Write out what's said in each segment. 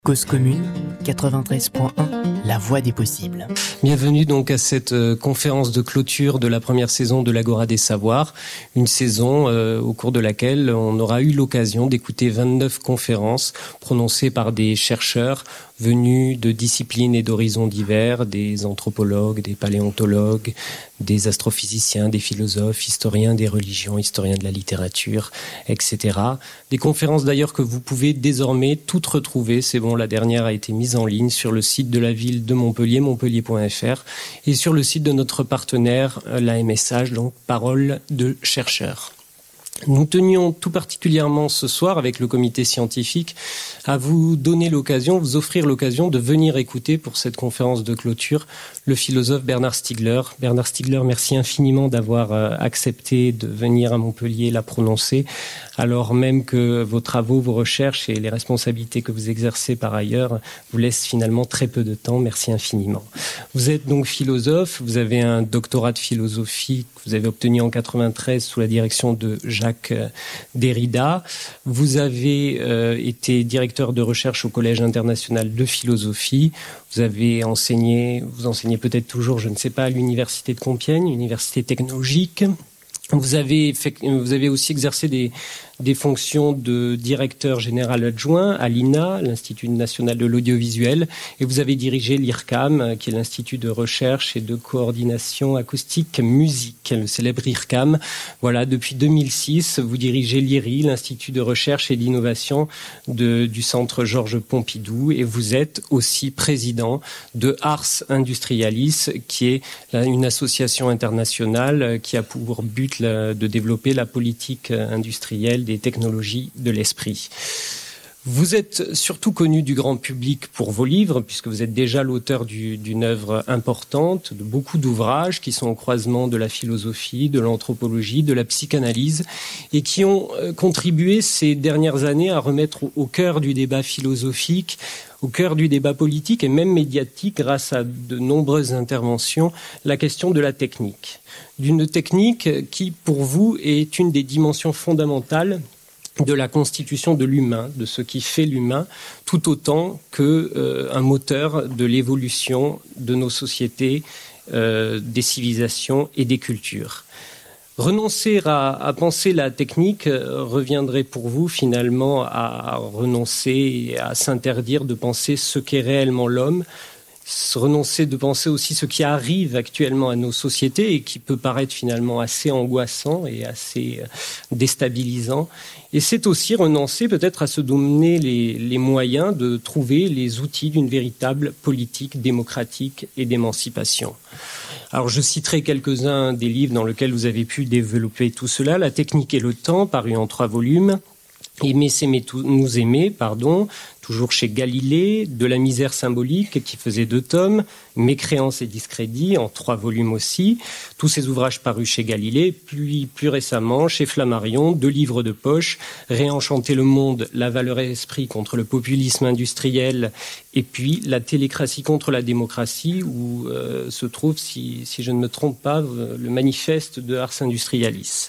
Cause commune, 93.1, la voix des possibles. Bienvenue donc à cette conférence de clôture de la première saison de l'Agora des Savoirs. Une saison au cours de laquelle on aura eu l'occasion d'écouter 29 conférences prononcées par des chercheurs venus de disciplines et d'horizons divers, des anthropologues, des paléontologues, des astrophysiciens, des philosophes, historiens des religions, historiens de la littérature, etc. Des conférences d'ailleurs que vous pouvez désormais toutes retrouver. C'est bon, la dernière a été mise en ligne sur le site de la ville de Montpellier, montpellier.fr, et sur le site de notre partenaire, la MSH, donc Parole de chercheurs. Nous tenions tout particulièrement ce soir avec le comité scientifique à vous donner l'occasion, vous offrir l'occasion de venir écouter pour cette conférence de clôture le philosophe Bernard Stiegler. Bernard Stiegler, merci infiniment d'avoir accepté de venir à Montpellier la prononcer, alors même que vos travaux, vos recherches et les responsabilités que vous exercez par ailleurs vous laissent finalement très peu de temps. Merci infiniment. Vous êtes donc philosophe, vous avez un doctorat de philosophie que vous avez obtenu en 1993 sous la direction de Jacques Derrida. Vous avez été directeur de recherche au Collège international de philosophie. Vous avez enseigné, vous enseignez peut-être toujours, je ne sais pas, à l'université de Compiègne, université technologique. Vous avez aussi exercé des fonctions de directeur général adjoint à l'INA, l'Institut national de l'audiovisuel, et vous avez dirigé l'IRCAM, qui est l'Institut de recherche et de coordination acoustique musique, le célèbre IRCAM. Voilà, depuis 2006, vous dirigez l'IRI, l'Institut de recherche et d'innovation du Centre Georges Pompidou, et vous êtes aussi président de Ars Industrialis, qui est une association internationale qui a pour but de développer la politique industrielle des technologies de l'esprit. Vous êtes surtout connu du grand public pour vos livres, puisque vous êtes déjà l'auteur d'une œuvre importante, de beaucoup d'ouvrages qui sont au croisement de la philosophie, de l'anthropologie, de la psychanalyse, et qui ont contribué ces dernières années à remettre au cœur du débat philosophique, au cœur du débat politique et même médiatique, grâce à de nombreuses interventions, la question de la technique. D'une technique qui, pour vous, est une des dimensions fondamentales de la constitution de l'humain, de ce qui fait l'humain, tout autant qu'un moteur de l'évolution de nos sociétés, des civilisations et des cultures. Renoncer à penser la technique reviendrait pour vous finalement à renoncer et à s'interdire de penser ce qu'est réellement l'homme, renoncer de penser aussi ce qui arrive actuellement à nos sociétés et qui peut paraître finalement assez angoissant et assez déstabilisant. Et c'est aussi renoncer peut-être à se donner les moyens de trouver les outils d'une véritable politique démocratique et d'émancipation. Alors je citerai quelques-uns des livres dans lesquels vous avez pu développer tout cela. La technique et le temps, paru en 3 volumes. Aimer, s'aimer, nous aimer, toujours chez Galilée, De la misère symbolique, qui faisait 2 tomes, Mécréance et discrédit, en 3 volumes aussi, tous ces ouvrages parus chez Galilée, puis plus récemment, chez Flammarion, 2 livres de poche, Réenchanter le monde, la valeur et l'esprit contre le populisme industriel, et puis La télécratie contre la démocratie, où se trouve, si je ne me trompe pas, le manifeste de Ars Industrialis.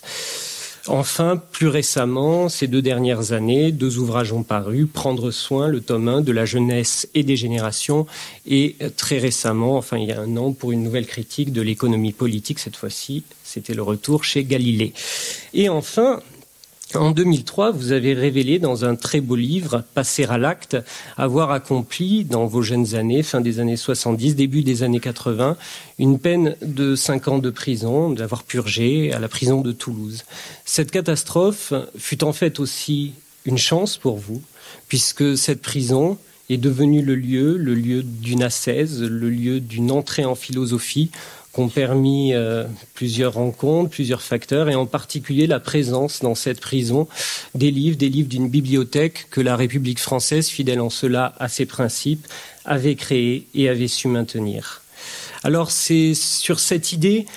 Enfin, plus récemment, ces 2 dernières années, 2 ouvrages ont paru, Prendre soin, le tome 1, de la jeunesse et des générations, et très récemment, enfin il y a 1 an, pour une nouvelle critique de l'économie politique, cette fois-ci, c'était le retour chez Galilée. Et enfin, en 2003, vous avez révélé dans un très beau livre, Passer à l'acte, avoir accompli dans vos jeunes années, fin des années 70, début des années 80, une peine de 5 ans de prison, d'avoir purgé à la prison de Toulouse. Cette catastrophe fut en fait aussi une chance pour vous, puisque cette prison est devenue le lieu d'une ascèse, le lieu d'une entrée en philosophie, qu'ont permis plusieurs rencontres, plusieurs facteurs, et en particulier la présence dans cette prison des livres d'une bibliothèque que la République française, fidèle en cela à ses principes, avait créée et avait su maintenir. Alors c'est sur cette idée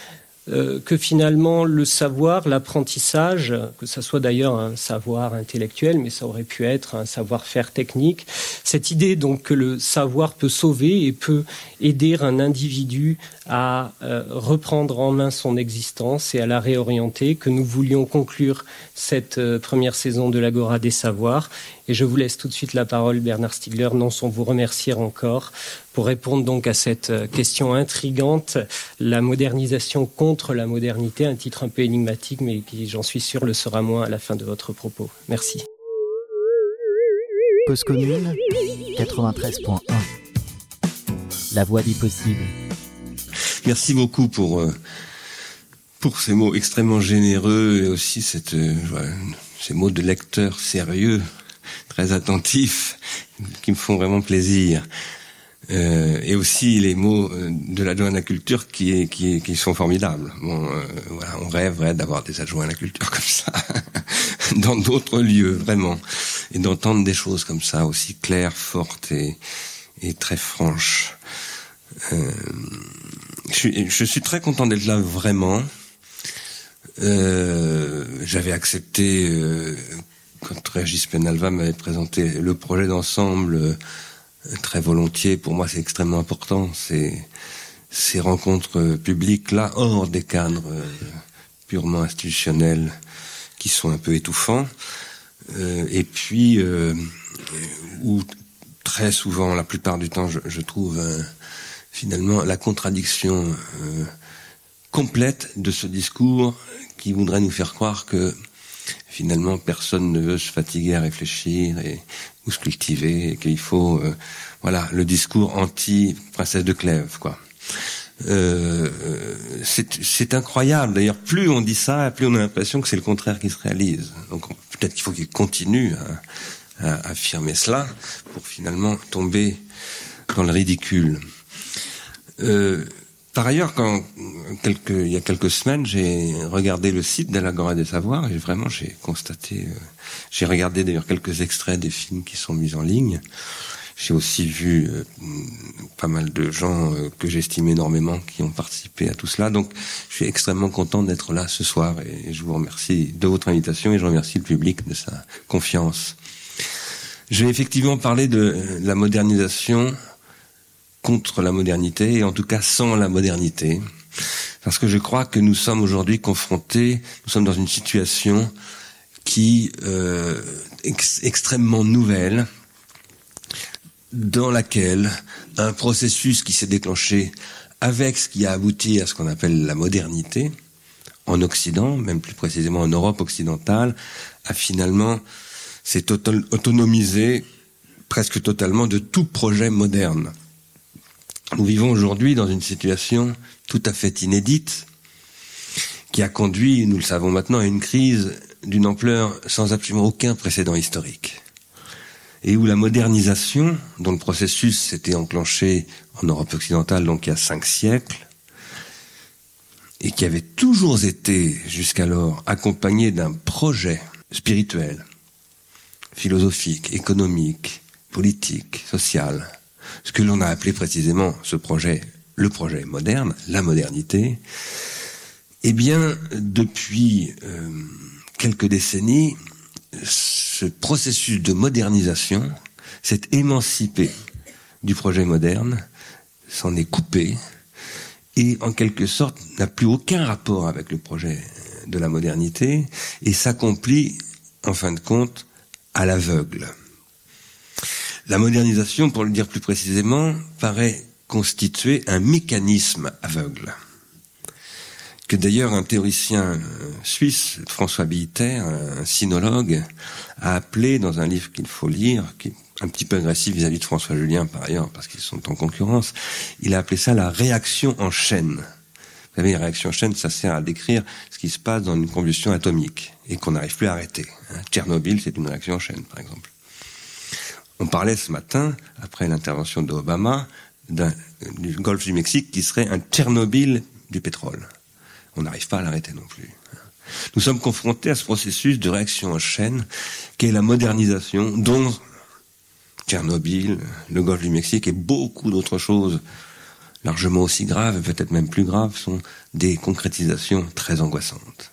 que finalement le savoir, l'apprentissage, que ça soit d'ailleurs un savoir intellectuel, mais ça aurait pu être un savoir-faire technique, cette idée donc que le savoir peut sauver et peut aider un individu à reprendre en main son existence et à la réorienter, que nous voulions conclure cette première saison de l'Agora des Savoirs. Et je vous laisse tout de suite la parole, Bernard Stiegler, non sans vous remercier encore, pour répondre donc à cette question intrigante, la modernisation contre la modernité, un titre un peu énigmatique, mais qui, j'en suis sûr, le sera moins à la fin de votre propos. Merci. Cause commune, 93.1. La voie du possible. Merci beaucoup pour ces mots extrêmement généreux et aussi ces mots de lecteur sérieux, très attentifs, qui me font vraiment plaisir. Et aussi les mots de l'adjoint à la culture qui sont formidables. Bon, voilà, on rêverait d'avoir des adjoints à la culture comme ça dans d'autres lieux, vraiment, et d'entendre des choses comme ça aussi claires, fortes et très franches. Je suis très content d'être là, vraiment. J'avais accepté quand Régis Penalva m'avait présenté le projet d'ensemble. Très volontiers, pour moi c'est extrêmement important, ces rencontres publiques là, hors des cadres purement institutionnels qui sont un peu étouffants, et puis où très souvent, la plupart du temps, je trouve finalement la contradiction complète de ce discours qui voudrait nous faire croire que finalement personne ne veut se fatiguer à réfléchir ou se cultiver, et qu'il faut le discours anti-princesse de Clèves, quoi. C'est incroyable. D'ailleurs, plus on dit ça, plus on a l'impression que c'est le contraire qui se réalise. Donc peut-être qu'il faut qu'il continue à affirmer cela pour finalement tomber dans le ridicule. Par ailleurs, il y a quelques semaines, j'ai regardé le site de l'Agora des Savoirs et j'ai constaté, j'ai regardé d'ailleurs quelques extraits des films qui sont mis en ligne. J'ai aussi vu pas mal de gens que j'estime énormément qui ont participé à tout cela. Donc, je suis extrêmement content d'être là ce soir et je vous remercie de votre invitation et je remercie le public de sa confiance. Je vais effectivement parler de la modernisation contre la modernité, et en tout cas sans la modernité, parce que je crois que nous sommes aujourd'hui confrontés, nous sommes dans une situation qui extrêmement nouvelle, dans laquelle un processus qui s'est déclenché avec ce qui a abouti à ce qu'on appelle la modernité, en Occident, même plus précisément en Europe occidentale, a finalement s'est autonomisé presque totalement de tout projet moderne. Nous vivons aujourd'hui dans une situation tout à fait inédite qui a conduit, nous le savons maintenant, à une crise d'une ampleur sans absolument aucun précédent historique. Et où la modernisation, dont le processus s'était enclenché en Europe occidentale, donc il y a 5 siècles, et qui avait toujours été jusqu'alors accompagné d'un projet spirituel, philosophique, économique, politique, social, ce que l'on a appelé précisément ce projet, le projet moderne, la modernité, eh bien, depuis quelques décennies, ce processus de modernisation s'est émancipé du projet moderne, s'en est coupé, et en quelque sorte n'a plus aucun rapport avec le projet de la modernité, et s'accomplit, en fin de compte, à l'aveugle. La modernisation, pour le dire plus précisément, paraît constituer un mécanisme aveugle, que d'ailleurs un théoricien suisse, François Billeter, un sinologue, a appelé dans un livre qu'il faut lire, qui est un petit peu agressif vis-à-vis de François Julien par ailleurs, parce qu'ils sont en concurrence, il a appelé ça la réaction en chaîne. Vous savez, la réaction en chaîne, ça sert à décrire ce qui se passe dans une combustion atomique, et qu'on n'arrive plus à arrêter. Tchernobyl, c'est une réaction en chaîne, par exemple. On parlait ce matin, après l'intervention d'Obama, du golfe du Mexique qui serait un Tchernobyl du pétrole. On n'arrive pas à l'arrêter non plus. Nous sommes confrontés à ce processus de réaction en chaîne qu'est la modernisation, dont Tchernobyl, le golfe du Mexique et beaucoup d'autres choses, largement aussi graves, et peut-être même plus graves, sont des concrétisations très angoissantes.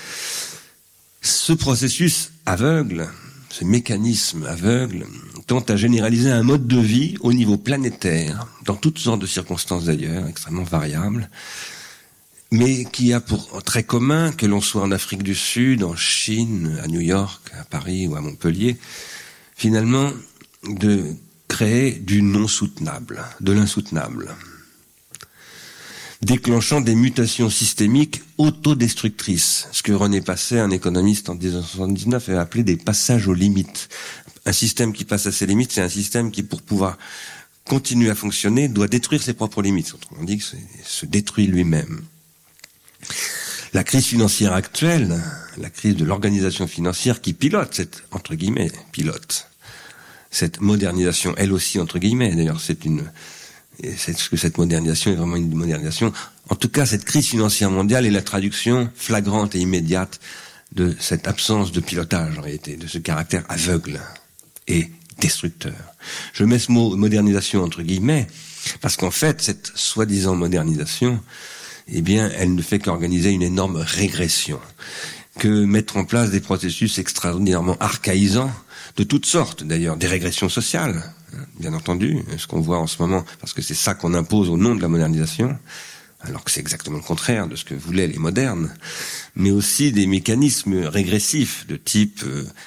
Ce processus aveugle, ce mécanisme aveugle, tend à généraliser un mode de vie au niveau planétaire, dans toutes sortes de circonstances d'ailleurs, extrêmement variables, mais qui a pour trait commun, que l'on soit en Afrique du Sud, en Chine, à New York, à Paris ou à Montpellier, finalement, de créer du non soutenable, de l'insoutenable, déclenchant des mutations systémiques autodestructrices, ce que René Passet, un économiste en 1979, a appelé des passages aux limites. Un système qui passe à ses limites, c'est un système qui, pour pouvoir continuer à fonctionner, doit détruire ses propres limites. Autrement dit, se détruit lui-même. La crise financière actuelle, la crise de l'organisation financière qui pilote cette, entre guillemets, cette modernisation, elle aussi, entre guillemets, d'ailleurs, est-ce que cette modernisation est vraiment une modernisation? En tout cas, cette crise financière mondiale est la traduction flagrante et immédiate de cette absence de pilotage, en réalité, de ce caractère aveugle et destructeur. Je mets ce mot modernisation entre guillemets, parce qu'en fait, cette soi-disant modernisation, eh bien, elle ne fait qu'organiser une énorme régression, que mettre en place des processus extraordinairement archaïsants, de toutes sortes d'ailleurs, des régressions sociales, bien entendu, ce qu'on voit en ce moment, parce que c'est ça qu'on impose au nom de la modernisation, alors que c'est exactement le contraire de ce que voulaient les modernes, mais aussi des mécanismes régressifs de type,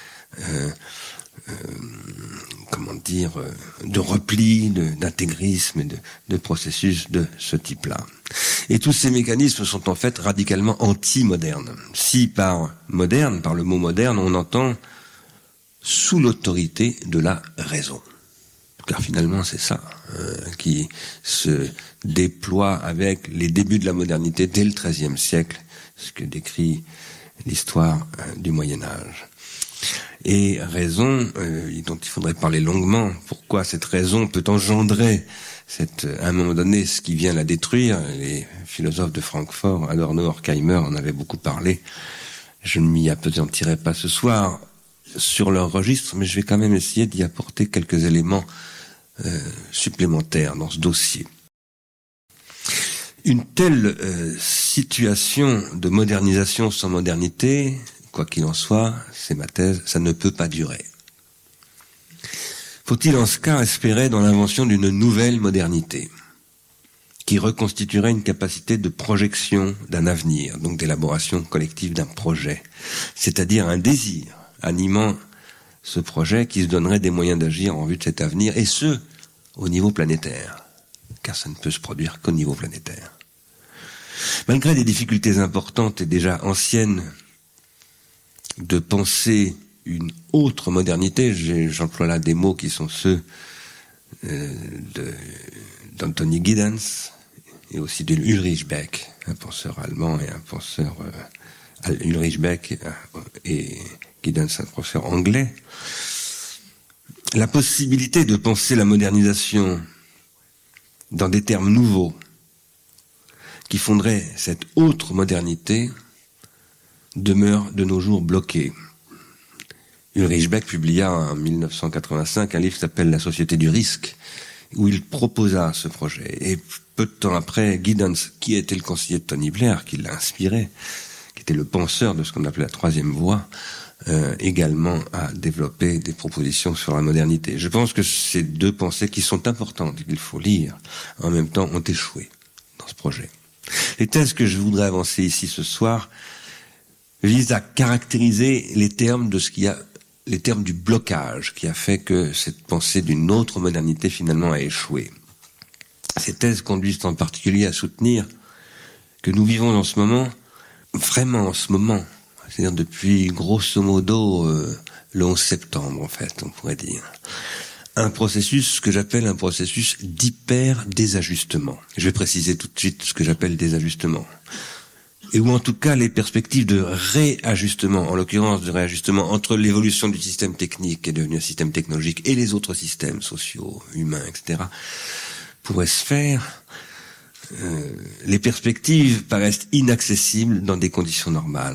de repli, d'intégrisme et de processus de ce type-là. Et tous ces mécanismes sont en fait radicalement anti-modernes. Si par moderne, par le mot moderne, on entend sous l'autorité de la raison. Car finalement, c'est ça qui se déploie avec les débuts de la modernité dès le XIIIe siècle, ce que décrit l'histoire du Moyen-Âge. Et raison, dont il faudrait parler longuement, pourquoi cette raison peut engendrer à un moment donné, ce qui vient la détruire. Les philosophes de Francfort, Adorno, Horkheimer, en avaient beaucoup parlé. Je ne m'y appesantirai pas ce soir sur leur registre, mais je vais quand même essayer d'y apporter quelques éléments supplémentaires dans ce dossier. Une telle situation de modernisation sans modernité, quoi qu'il en soit, c'est ma thèse, ça ne peut pas durer. Faut-il en ce cas espérer dans l'invention d'une nouvelle modernité qui reconstituerait une capacité de projection d'un avenir, donc d'élaboration collective d'un projet, c'est-à-dire un désir animant ce projet qui se donnerait des moyens d'agir en vue de cet avenir, et ce, au niveau planétaire, car ça ne peut se produire qu'au niveau planétaire. Malgré des difficultés importantes et déjà anciennes de penser une autre modernité, j'emploie là des mots qui sont ceux d'Anthony Giddens et aussi de Ulrich Beck, un penseur allemand et un penseur Ulrich Beck et Giddens, un professeur anglais. La possibilité de penser la modernisation dans des termes nouveaux qui fonderaient cette autre modernité demeure de nos jours bloquée. Ulrich Beck publia en 1985 un livre qui s'appelle La Société du risque, où il proposa ce projet. Et peu de temps après, Giddens, qui était le conseiller de Tony Blair, qui l'a inspiré, qui était le penseur de ce qu'on appelait la troisième voie, également a développé des propositions sur la modernité. Je pense que ces deux pensées qui sont importantes, qu'il faut lire, en même temps ont échoué dans ce projet. Les thèses que je voudrais avancer ici ce soir visent à caractériser les termes de les termes du blocage qui a fait que cette pensée d'une autre modernité finalement a échoué. Ces thèses conduisent en particulier à soutenir que nous vivons en ce moment, vraiment en ce moment, c'est-à-dire depuis grosso modo le 11 septembre en fait, on pourrait dire, un processus que j'appelle un processus d'hyper-désajustement. Je vais préciser tout de suite ce que j'appelle désajustement. Et ou en tout cas les perspectives de réajustement, en l'occurrence de réajustement entre l'évolution du système technique qui est devenu un système technologique et les autres systèmes sociaux, humains, etc., pourraient se faire. Les perspectives paraissent inaccessibles dans des conditions normales.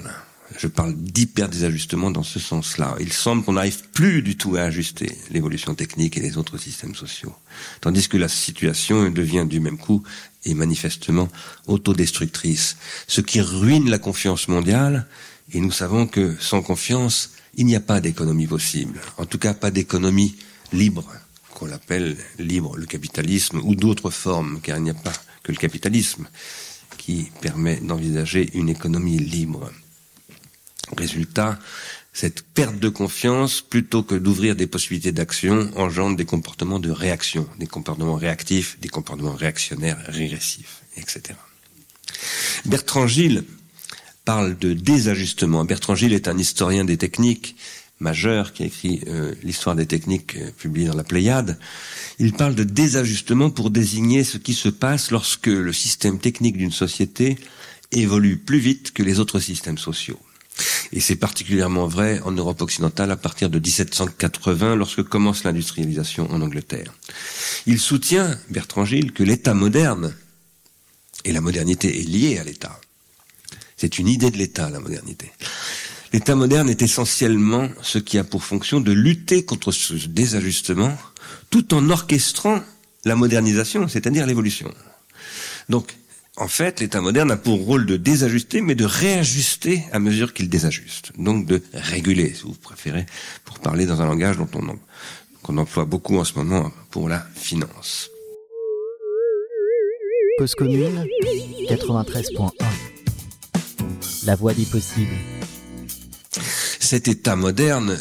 Je parle d'hyper-désajustement dans ce sens-là. Il semble qu'on n'arrive plus du tout à ajuster l'évolution technique et les autres systèmes sociaux. Tandis que la situation devient du même coup et manifestement autodestructrice. Ce qui ruine la confiance mondiale, et nous savons que sans confiance, il n'y a pas d'économie possible. En tout cas, pas d'économie libre, qu'on l'appelle libre, le capitalisme, ou d'autres formes, car il n'y a pas que le capitalisme qui permet d'envisager une économie libre. Résultat, cette perte de confiance, plutôt que d'ouvrir des possibilités d'action, engendre des comportements de réaction, des comportements réactifs, des comportements réactionnaires, régressifs, etc. Bertrand Gilles parle de désajustement. Bertrand Gilles est un historien des techniques majeur qui a écrit l'histoire des techniques publiée dans la Pléiade. Il parle de désajustement pour désigner ce qui se passe lorsque le système technique d'une société évolue plus vite que les autres systèmes sociaux. Et c'est particulièrement vrai en Europe occidentale à partir de 1780, lorsque commence l'industrialisation en Angleterre. Il soutient, Bertrand Gilles, que l'État moderne, et la modernité est liée à l'État. C'est une idée de l'État, la modernité. L'État moderne est essentiellement ce qui a pour fonction de lutter contre ce désajustement, tout en orchestrant la modernisation, c'est-à-dire l'évolution. Donc, en fait, l'État moderne a pour rôle de désajuster, mais de réajuster à mesure qu'il désajuste. Donc de réguler, si vous préférez, pour parler dans un langage qu'on emploie beaucoup en ce moment pour la finance. Cause commune, 93.1. La voie des possibles. Cet État moderne,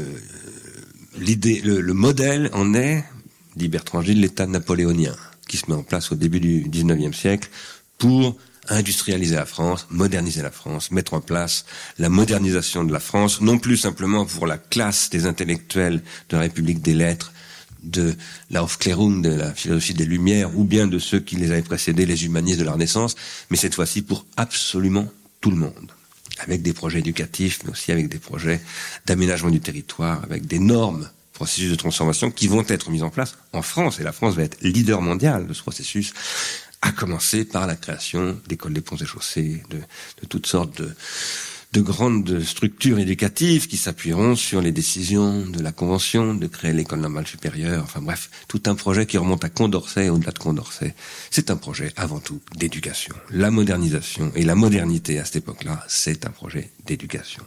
le modèle en est, dit Bertrand Gilles, l'État napoléonien, qui se met en place au début du XIXe siècle pour industrialiser la France, moderniser la France, mettre en place la modernisation de la France, non plus simplement pour la classe des intellectuels de la République des lettres, de la Aufklärung, de la philosophie des Lumières, ou bien de ceux qui les avaient précédés, les humanistes de la Renaissance, mais cette fois-ci pour absolument tout le monde, avec des projets éducatifs, mais aussi avec des projets d'aménagement du territoire, avec d'énormes processus de transformation qui vont être mis en place en France, et la France va être leader mondial de ce processus, à commencer par la création d'écoles des ponts et chaussées, de toutes sortes de grandes structures éducatives qui s'appuieront sur les décisions de la Convention de créer l'école normale supérieure. Enfin bref, tout un projet qui remonte à Condorcet, au-delà de Condorcet. C'est un projet avant tout d'éducation. La modernisation et la modernité à cette époque-là, c'est un projet d'éducation.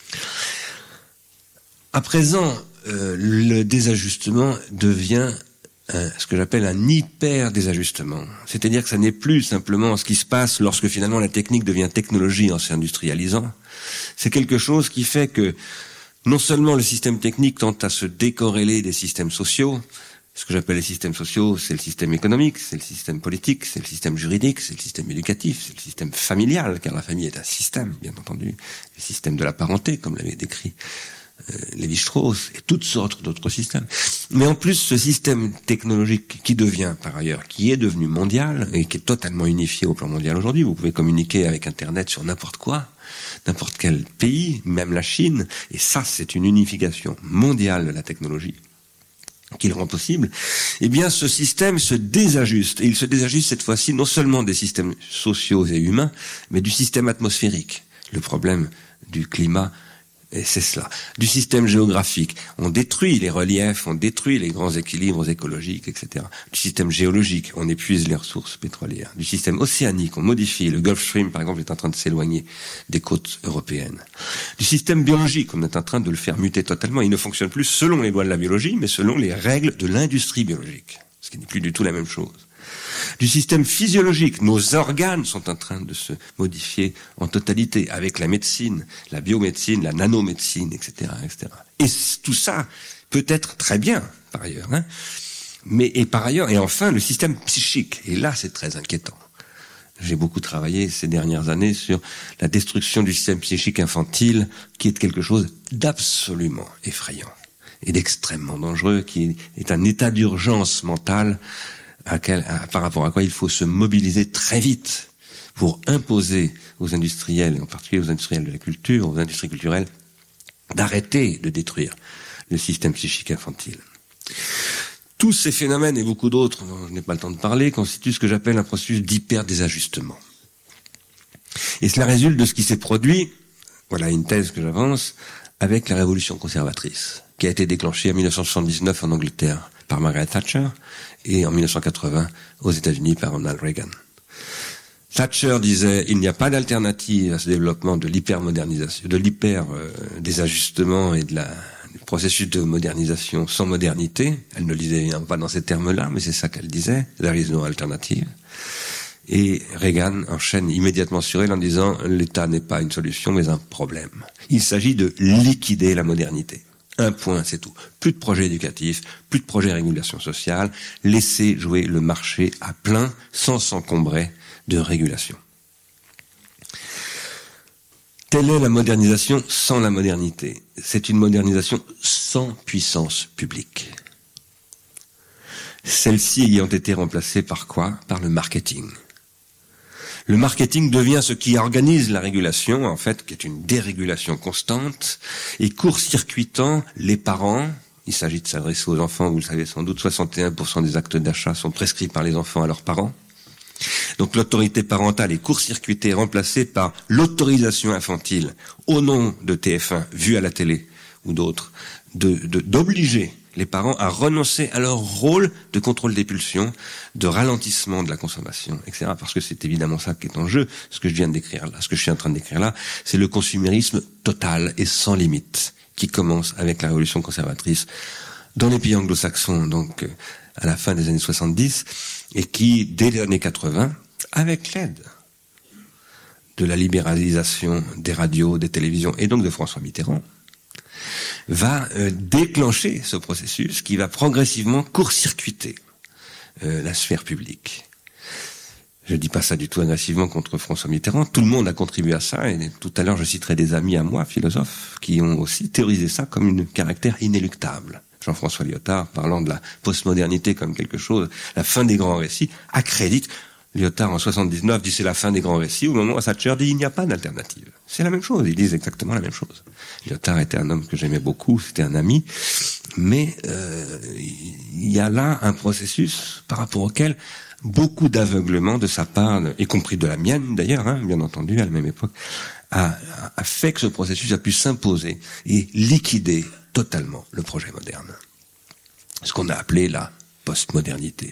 À présent, le désajustement devient ce que j'appelle un hyper-désajustement. C'est-à-dire que ça n'est plus simplement ce qui se passe lorsque finalement la technique devient technologie en s'industrialisant. C'est quelque chose qui fait que non seulement le système technique tente à se décorréler des systèmes sociaux, ce que j'appelle les systèmes sociaux, c'est le système économique, c'est le système politique, c'est le système juridique, c'est le système éducatif, c'est le système familial, car la famille est un système, bien entendu, le système de la parenté, comme l'avait décrit Lévi-Strauss et toutes sortes d'autres systèmes. Mais en plus, ce système technologique qui devient, par ailleurs, qui est devenu mondial et qui est totalement unifié au plan mondial aujourd'hui, vous pouvez communiquer avec Internet sur n'importe quoi, n'importe quel pays, même la Chine, et ça, c'est une unification mondiale de la technologie qui le rend possible. Eh bien, ce système se désajuste, et il se désajuste cette fois-ci non seulement des systèmes sociaux et humains, mais du système atmosphérique. Le problème du climat, et c'est cela. Du système géographique. On détruit les reliefs, on détruit les grands équilibres écologiques, etc. Du système géologique, on épuise les ressources pétrolières. Du système océanique, on modifie. Le Gulf Stream, par exemple, est en train de s'éloigner des côtes européennes. Du système biologique, on est en train de le faire muter totalement. Il ne fonctionne plus selon les lois de la biologie, mais selon les règles de l'industrie biologique. Ce qui n'est plus du tout la même chose. Du système physiologique, nos organes sont en train de se modifier en totalité avec la médecine, la biomédecine, la nanomédecine, etc., etc. Et tout ça peut être très bien, par ailleurs, hein. Et par ailleurs, et enfin, le système psychique. Et là, c'est très inquiétant. J'ai beaucoup travaillé ces dernières années sur la destruction du système psychique infantile, qui est quelque chose d'absolument effrayant et d'extrêmement dangereux, qui est un état d'urgence mentale par rapport à quoi il faut se mobiliser très vite pour imposer aux industriels, en particulier aux industriels de la culture, aux industries culturelles, d'arrêter de détruire le système psychique infantile. Tous ces phénomènes et beaucoup d'autres, dont je n'ai pas le temps de parler, constituent ce que j'appelle un processus d'hyper-désajustement. Et cela résulte de ce qui s'est produit voilà une thèse que j'avance, avec la révolution conservatrice, qui a été déclenchée en 1979 en Angleterre par Margaret Thatcher et en 1980 aux États-Unis par Ronald Reagan. Thatcher disait il n'y a pas d'alternative à ce développement de l'hypermodernisation, de désajustement et du processus de modernisation sans modernité. Elle ne le disait pas dans ces termes-là, mais c'est ça qu'elle disait. There is no alternative. Et Reagan enchaîne immédiatement sur elle en disant l'État n'est pas une solution mais un problème. Il s'agit de liquider la modernité. Un point, c'est tout. Plus de projets éducatifs, plus de projets de régulation sociale. Laisser jouer le marché à plein sans s'encombrer de régulation. Telle est la modernisation sans la modernité. C'est une modernisation sans puissance publique. Celle-ci ayant été remplacée par quoi? Par le marketing. Le marketing devient ce qui organise la régulation, en fait, qui est une dérégulation constante, et court-circuitant les parents. Il s'agit de s'adresser aux enfants, vous le savez sans doute, 61% des actes d'achat sont prescrits par les enfants à leurs parents. Donc l'autorité parentale est court-circuitée, remplacée par l'autorisation infantile au nom de TF1, vu à la télé ou d'autres, d'obliger les parents à renoncer à leur rôle de contrôle des pulsions, de ralentissement de la consommation, etc. Parce que c'est évidemment ça qui est en jeu. Ce que je viens de décrire là, ce que je suis en train de décrire là, c'est le consumérisme total et sans limite qui commence avec la révolution conservatrice dans les pays anglo-saxons, donc à la fin des années 70, et qui, dès les années 80, avec l'aide de la libéralisation des radios, des télévisions, et donc de François Mitterrand, va déclencher ce processus qui va progressivement court-circuiter la sphère publique. Je dis pas ça du tout agressivement contre François Mitterrand, tout le monde a contribué à ça, et tout à l'heure je citerai des amis à moi, philosophes, qui ont aussi théorisé ça comme un caractère inéluctable. Jean-François Lyotard, parlant de la postmodernité comme quelque chose, la fin des grands récits, accrédite. Lyotard, en 79, dit c'est la fin des grands récits, au moment où Thatcher dit il n'y a pas d'alternative. C'est la même chose, ils disent exactement la même chose. Lyotard était un homme que j'aimais beaucoup, c'était un ami, mais il y a là un processus par rapport auquel beaucoup d'aveuglement de sa part, y compris de la mienne d'ailleurs, bien entendu, à la même époque, a fait que ce processus a pu s'imposer et liquider totalement le projet moderne. Ce qu'on a appelé la postmodernité.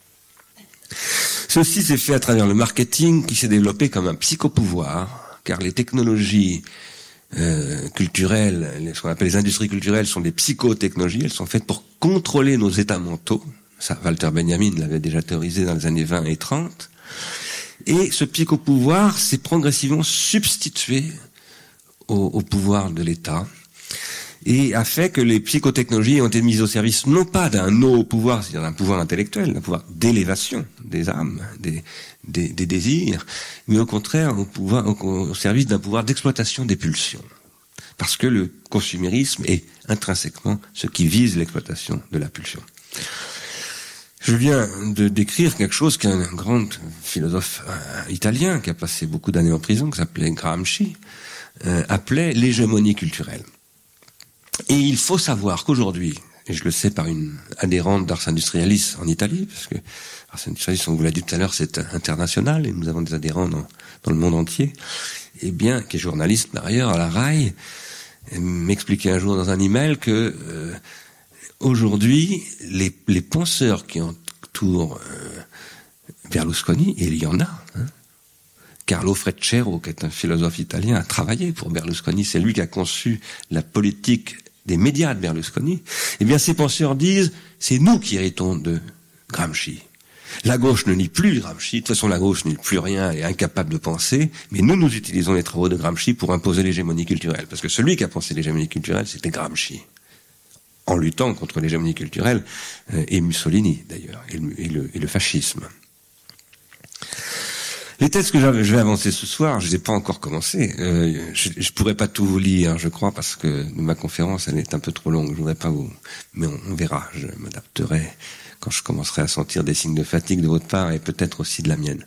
Ceci s'est fait à travers le marketing qui s'est développé comme un psychopouvoir, car les technologies culturelles, ce qu'on appelle les industries culturelles, sont des psychotechnologies, elles sont faites pour contrôler nos états mentaux. Ça, Walter Benjamin l'avait déjà théorisé dans les années 20 et 30. Et ce psychopouvoir s'est progressivement substitué au pouvoir de l'État, et a fait que les psychotechnologies ont été mises au service non pas d'un haut pouvoir, c'est-à-dire d'un pouvoir intellectuel, d'un pouvoir d'élévation des âmes, des désirs, mais au contraire au service d'un pouvoir d'exploitation des pulsions. Parce que le consumérisme est intrinsèquement ce qui vise l'exploitation de la pulsion. Je viens de décrire quelque chose qu'un grand philosophe italien, qui a passé beaucoup d'années en prison, qui s'appelait Gramsci, appelait l'hégémonie culturelle. Et il faut savoir qu'aujourd'hui, et je le sais par une adhérente d'Ars Industrialis en Italie, parce que Ars Industrialis, on vous l'a dit tout à l'heure, c'est international, et nous avons des adhérents dans le monde entier, et bien, qui est journaliste par ailleurs à la RAI, m'expliquait un jour dans un email que aujourd'hui, les penseurs qui entourent Berlusconi, et il y en a, Carlo Freccero, qui est un philosophe italien, a travaillé pour Berlusconi, c'est lui qui a conçu la politique des médias de Berlusconi, eh bien ces penseurs disent, c'est nous qui héritons de Gramsci. La gauche ne nie plus Gramsci, de toute façon la gauche ne nie plus rien, elle est incapable de penser, mais nous utilisons les travaux de Gramsci pour imposer l'hégémonie culturelle, parce que celui qui a pensé l'hégémonie culturelle, c'était Gramsci, en luttant contre l'hégémonie culturelle, et Mussolini d'ailleurs, et le fascisme. Les thèses que je vais avancer ce soir, je les ai pas encore commencé. Je pourrais pas tout vous lire, je crois, parce que ma conférence, elle est un peu trop longue. Je voudrais pas vous, mais on verra. Je m'adapterai quand je commencerai à sentir des signes de fatigue de votre part et peut-être aussi de la mienne.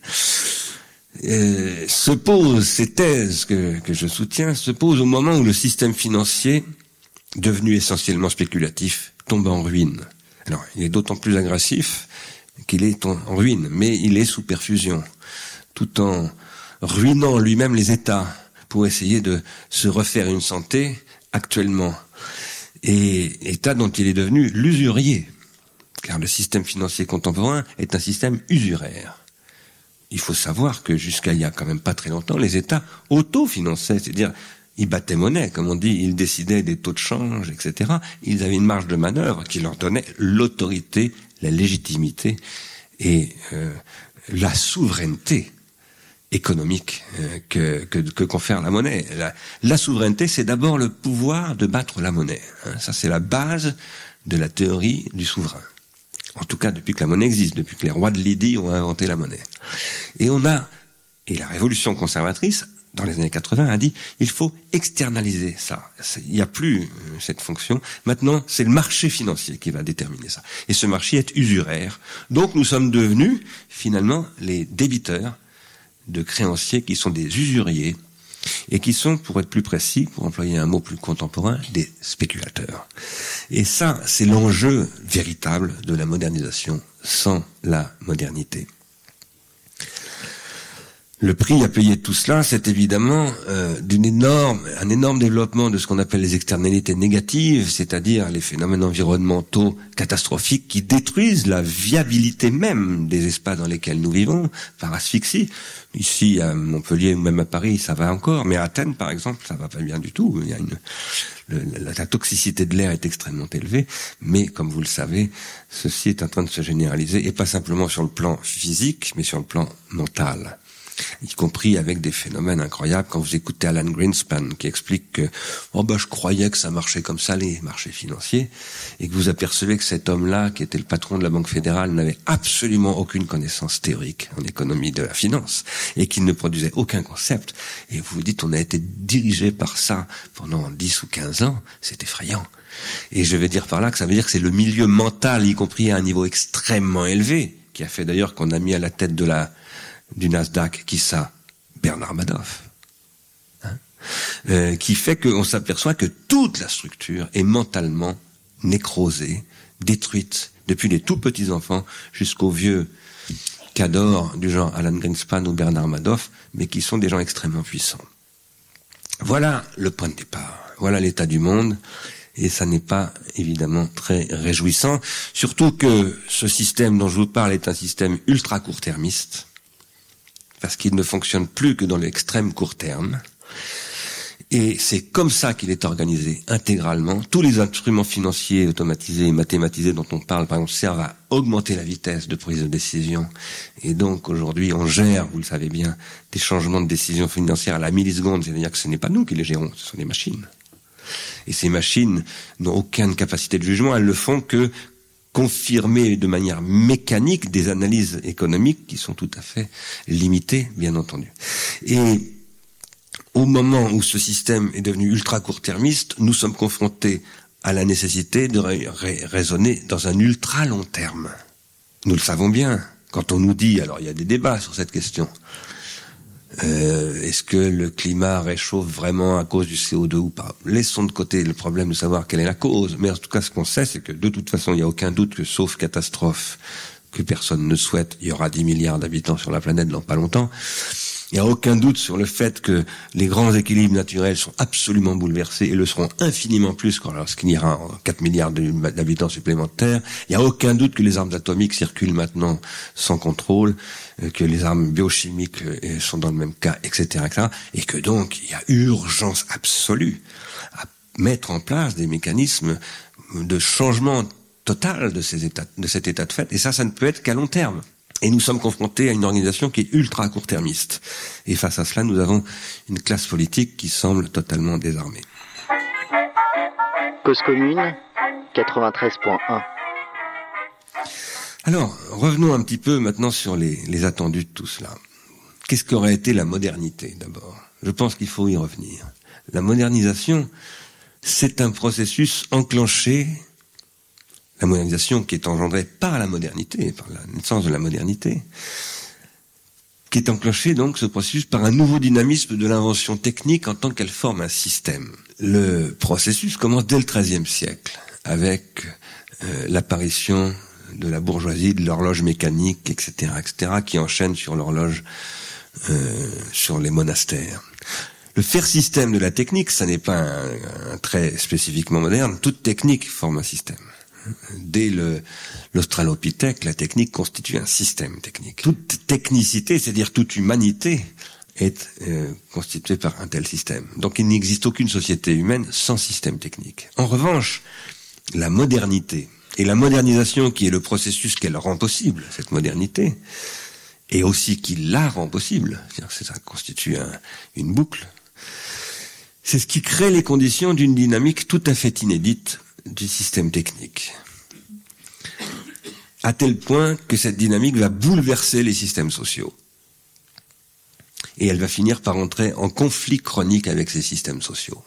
Ces thèses que je soutiens se posent au moment où le système financier, devenu essentiellement spéculatif, tombe en ruine. Alors, il est d'autant plus agressif qu'il est en ruine, mais il est sous perfusion. Tout en ruinant lui-même les États pour essayer de se refaire une santé actuellement. Et état dont il est devenu l'usurier. Car le système financier contemporain est un système usuraire. Il faut savoir que jusqu'à il y a quand même pas très longtemps, les États autofinançaient, c'est-à-dire ils battaient monnaie, comme on dit, ils décidaient des taux de change, etc. Ils avaient une marge de manœuvre qui leur donnait l'autorité, la légitimité et la souveraineté économique que confère la monnaie. La souveraineté, c'est d'abord le pouvoir de battre la monnaie. Ça, c'est la base de la théorie du souverain. En tout cas, depuis que la monnaie existe, depuis que les rois de Lydie ont inventé la monnaie. Et la révolution conservatrice, dans les années 80, a dit, il faut externaliser ça. Il n'y a plus cette fonction. Maintenant, c'est le marché financier qui va déterminer ça. Et ce marché est usuraire. Donc, nous sommes devenus, finalement, les débiteurs de créanciers qui sont des usuriers et qui sont, pour être plus précis, pour employer un mot plus contemporain, des spéculateurs. Et ça, c'est l'enjeu véritable de la modernisation sans la modernité. Le prix à payer de tout cela, c'est évidemment un énorme développement de ce qu'on appelle les externalités négatives, c'est-à-dire les phénomènes environnementaux catastrophiques qui détruisent la viabilité même des espaces dans lesquels nous vivons par asphyxie. Ici, à Montpellier ou même à Paris, ça va encore, mais à Athènes, par exemple, ça va pas bien du tout. Il y a la toxicité de l'air est extrêmement élevée, mais comme vous le savez, ceci est en train de se généraliser, et pas simplement sur le plan physique, mais sur le plan mental. Y compris avec des phénomènes incroyables quand vous écoutez Alan Greenspan qui explique que je croyais que ça marchait comme ça les marchés financiers, et que vous apercevez que cet homme-là qui était le patron de la Banque fédérale n'avait absolument aucune connaissance théorique en économie de la finance et qu'il ne produisait aucun concept, et vous vous dites on a été dirigé par ça pendant 10 ou 15 ans, c'est effrayant. Et je vais dire par là que ça veut dire que c'est le milieu mental, y compris à un niveau extrêmement élevé, qui a fait d'ailleurs qu'on a mis à la tête du Nasdaq, qui ça? Bernard Madoff. Qui fait qu'on s'aperçoit que toute la structure est mentalement nécrosée, détruite, depuis les tout petits enfants jusqu'aux vieux cadors du genre Alan Greenspan ou Bernard Madoff, mais qui sont des gens extrêmement puissants. Voilà le point de départ. Voilà l'état du monde. Et ça n'est pas, évidemment, très réjouissant. Surtout que ce système dont je vous parle est un système ultra court-termiste, parce qu'il ne fonctionne plus que dans l'extrême court terme. Et c'est comme ça qu'il est organisé intégralement. Tous les instruments financiers automatisés et mathématisés dont on parle, par exemple, servent à augmenter la vitesse de prise de décision. Et donc, aujourd'hui, on gère, vous le savez bien, des changements de décision financière à la milliseconde. C'est-à-dire que ce n'est pas nous qui les gérons, ce sont des machines. Et ces machines n'ont aucune capacité de jugement. Elles ne font que confirmer de manière mécanique des analyses économiques qui sont tout à fait limitées, bien entendu. Et au moment où ce système est devenu ultra court-termiste, nous sommes confrontés à la nécessité de raisonner dans un ultra long terme. Nous le savons bien. Quand on nous dit, alors il y a des débats sur cette question, est-ce que le climat réchauffe vraiment à cause du CO2 ou pas? Laissons de côté le problème de savoir quelle est la cause, mais en tout cas ce qu'on sait, c'est que de toute façon il n'y a aucun doute que, sauf catastrophe que personne ne souhaite, il y aura 10 milliards d'habitants sur la planète dans pas longtemps. Il n'y a aucun doute sur le fait que les grands équilibres naturels sont absolument bouleversés et le seront infiniment plus lorsqu'il y aura 4 milliards d'habitants supplémentaires. Il n'y a aucun doute que les armes atomiques circulent maintenant sans contrôle, que les armes biochimiques sont dans le même cas, etc., etc. Et que donc il y a urgence absolue à mettre en place des mécanismes de changement total de cet état de fait. Et ça ne peut être qu'à long terme. Et nous sommes confrontés à une organisation qui est ultra court-termiste. Et face à cela, nous avons une classe politique qui semble totalement désarmée. Cause commune, 93.1. Alors, revenons un petit peu maintenant sur les attendus de tout cela. Qu'est-ce qu'aurait été la modernité, d'abord? Je pense qu'il faut y revenir. La modernisation, c'est un processus enclenché. La modernisation qui est engendrée par la modernité, par la naissance de la modernité, qui est enclenchée donc ce processus par un nouveau dynamisme de l'invention technique en tant qu'elle forme un système. Le processus commence dès le XIIIe siècle, avec l'apparition de la bourgeoisie, de l'horloge mécanique, etc., qui enchaîne sur l'horloge, sur les monastères. Le faire système de la technique, ça n'est pas un trait spécifiquement moderne. Toute technique forme un système. Dès l'Australopithèque, la technique constitue un système technique. Toute technicité, c'est-à-dire toute humanité, est constituée par un tel système. Donc il n'existe aucune société humaine sans système technique. En revanche, la modernité et la modernisation, qui est le processus qu'elle rend possible, cette modernité, et aussi qui la rend possible, c'est-à-dire ça constitue une boucle, c'est ce qui crée les conditions d'une dynamique tout à fait inédite du système technique. À tel point que cette dynamique va bouleverser les systèmes sociaux. Et elle va finir par entrer en conflit chronique avec ces systèmes sociaux.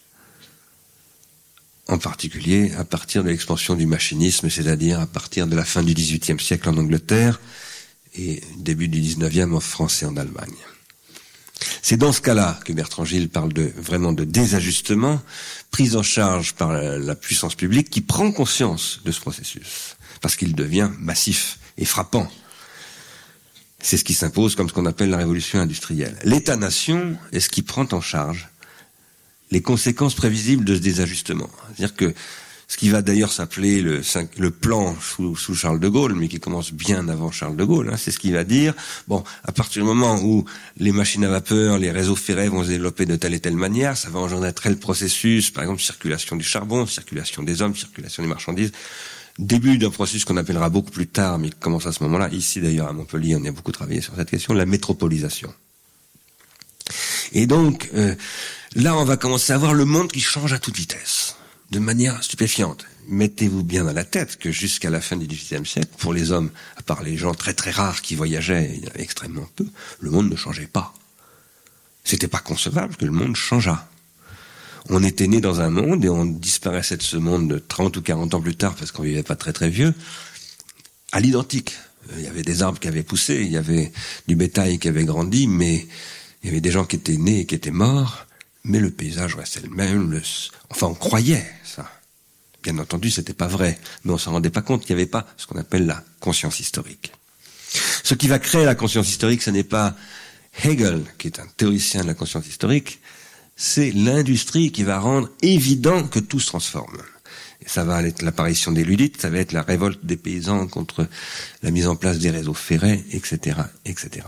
En particulier à partir de l'expansion du machinisme, c'est-à-dire à partir de la fin du XVIIIe siècle en Angleterre et début du XIXe en France et en Allemagne. C'est dans ce cas-là que Bertrand Gilles parle vraiment de désajustement, prise en charge par la puissance publique qui prend conscience de ce processus, parce qu'il devient massif et frappant. C'est ce qui s'impose comme ce qu'on appelle la révolution industrielle. L'État-nation est ce qui prend en charge les conséquences prévisibles de ce désajustement. C'est-à-dire que ce qui va d'ailleurs s'appeler le plan sous Charles de Gaulle, mais qui commence bien avant Charles de Gaulle, c'est ce qui va dire, bon, à partir du moment où les machines à vapeur, les réseaux ferrés vont se développer de telle et telle manière, ça va engendrer tel processus, par exemple, circulation du charbon, circulation des hommes, circulation des marchandises, début d'un processus qu'on appellera beaucoup plus tard, mais qui commence à ce moment-là. Ici, d'ailleurs, à Montpellier, on a beaucoup travaillé sur cette question, la métropolisation. Et donc, là, on va commencer à voir le monde qui change à toute vitesse, de manière stupéfiante. Mettez-vous bien dans la tête que jusqu'à la fin du XVIIIe siècle, pour les hommes, à part les gens très très rares qui voyageaient, il y en avait extrêmement peu, le monde ne changeait pas. C'était pas concevable que le monde changeât. On était né dans un monde et on disparaissait de ce monde 30 ou 40 ans plus tard, parce qu'on vivait pas très très vieux, à l'identique. Il y avait des arbres qui avaient poussé, il y avait du bétail qui avait grandi, mais il y avait des gens qui étaient nés et qui étaient morts, mais le paysage restait le même. Enfin, on croyait ça. Bien entendu, c'était pas vrai, mais on s'en rendait pas compte qu'il n'y avait pas ce qu'on appelle la conscience historique. Ce qui va créer la conscience historique, ce n'est pas Hegel, qui est un théoricien de la conscience historique, c'est l'industrie qui va rendre évident que tout se transforme. Et ça va être l'apparition des Luddites, ça va être la révolte des paysans contre la mise en place des réseaux ferrés, etc., etc.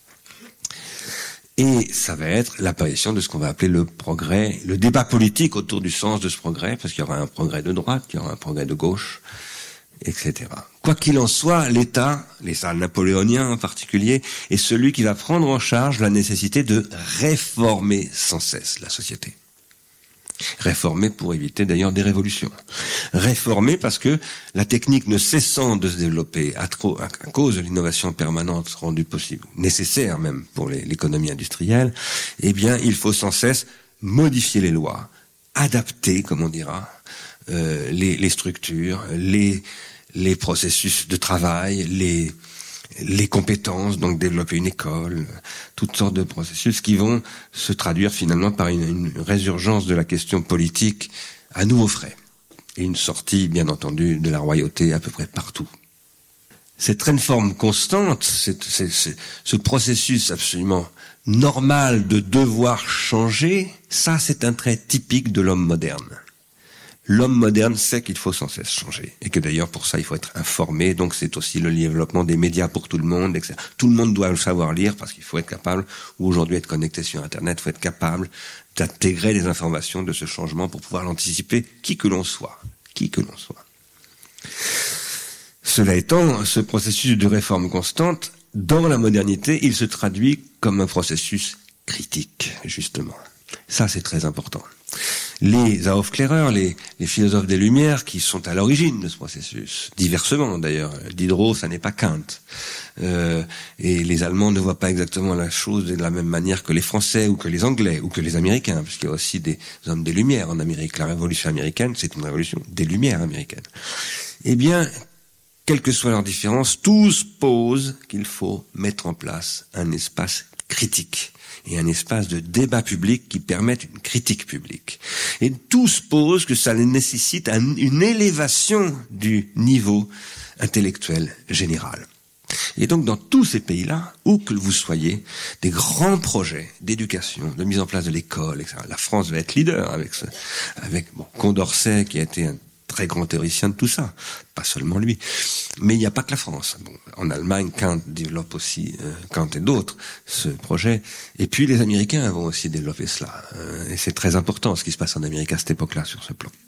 Et ça va être l'apparition de ce qu'on va appeler le progrès, le débat politique autour du sens de ce progrès, parce qu'il y aura un progrès de droite, il y aura un progrès de gauche, etc. Quoi qu'il en soit, l'État napoléonien en particulier, est celui qui va prendre en charge la nécessité de réformer sans cesse la société. Réformer pour éviter d'ailleurs des révolutions. Réformer parce que la technique ne cessant de se développer à cause de l'innovation permanente rendue possible, nécessaire même pour l'économie industrielle, eh bien il faut sans cesse modifier les lois, adapter, comme on dira, les structures, les processus de travail, les compétences, donc développer une école, toutes sortes de processus qui vont se traduire finalement par une résurgence de la question politique à nouveau frais. Et une sortie, bien entendu, de la royauté à peu près partout. Cette réforme constante, ce processus absolument normal de devoir changer, ça c'est un trait typique de l'homme moderne. L'homme moderne sait qu'il faut sans cesse changer. Et que d'ailleurs, pour ça, il faut être informé. Donc, c'est aussi le développement des médias pour tout le monde, etc. Tout le monde doit savoir lire parce qu'il faut être capable, ou aujourd'hui être connecté sur Internet, il faut être capable d'intégrer les informations de ce changement pour pouvoir l'anticiper, qui que l'on soit. Cela étant, ce processus de réforme constante, dans la modernité, il se traduit comme un processus critique, justement. Ça, c'est très important. Les Aufklärers, les philosophes des Lumières, qui sont à l'origine de ce processus, diversement d'ailleurs. Diderot, ça n'est pas Kant. Et les Allemands ne voient pas exactement la chose de la même manière que les Français, ou que les Anglais, ou que les Américains, parce qu'il y a aussi des hommes des Lumières en Amérique. La révolution américaine, c'est une révolution des Lumières américaines. Eh bien, quelle que soit leur différence, tous posent qu'il faut mettre en place un espace critique et un espace de débat public qui permette une critique publique. Et tous posent que ça nécessite une élévation du niveau intellectuel général. Et donc, dans tous ces pays-là, où que vous soyez, des grands projets d'éducation, de mise en place de l'école, etc. La France va être leader avec Condorcet, qui a été un très grand théoricien de tout ça. Pas seulement lui. Mais il n'y a pas que la France. Bon, en Allemagne, Kant développe aussi, Kant et d'autres, ce projet. Et puis, les Américains vont aussi développer cela. Et c'est très important, ce qui se passe en Amérique à cette époque-là, sur ce plan.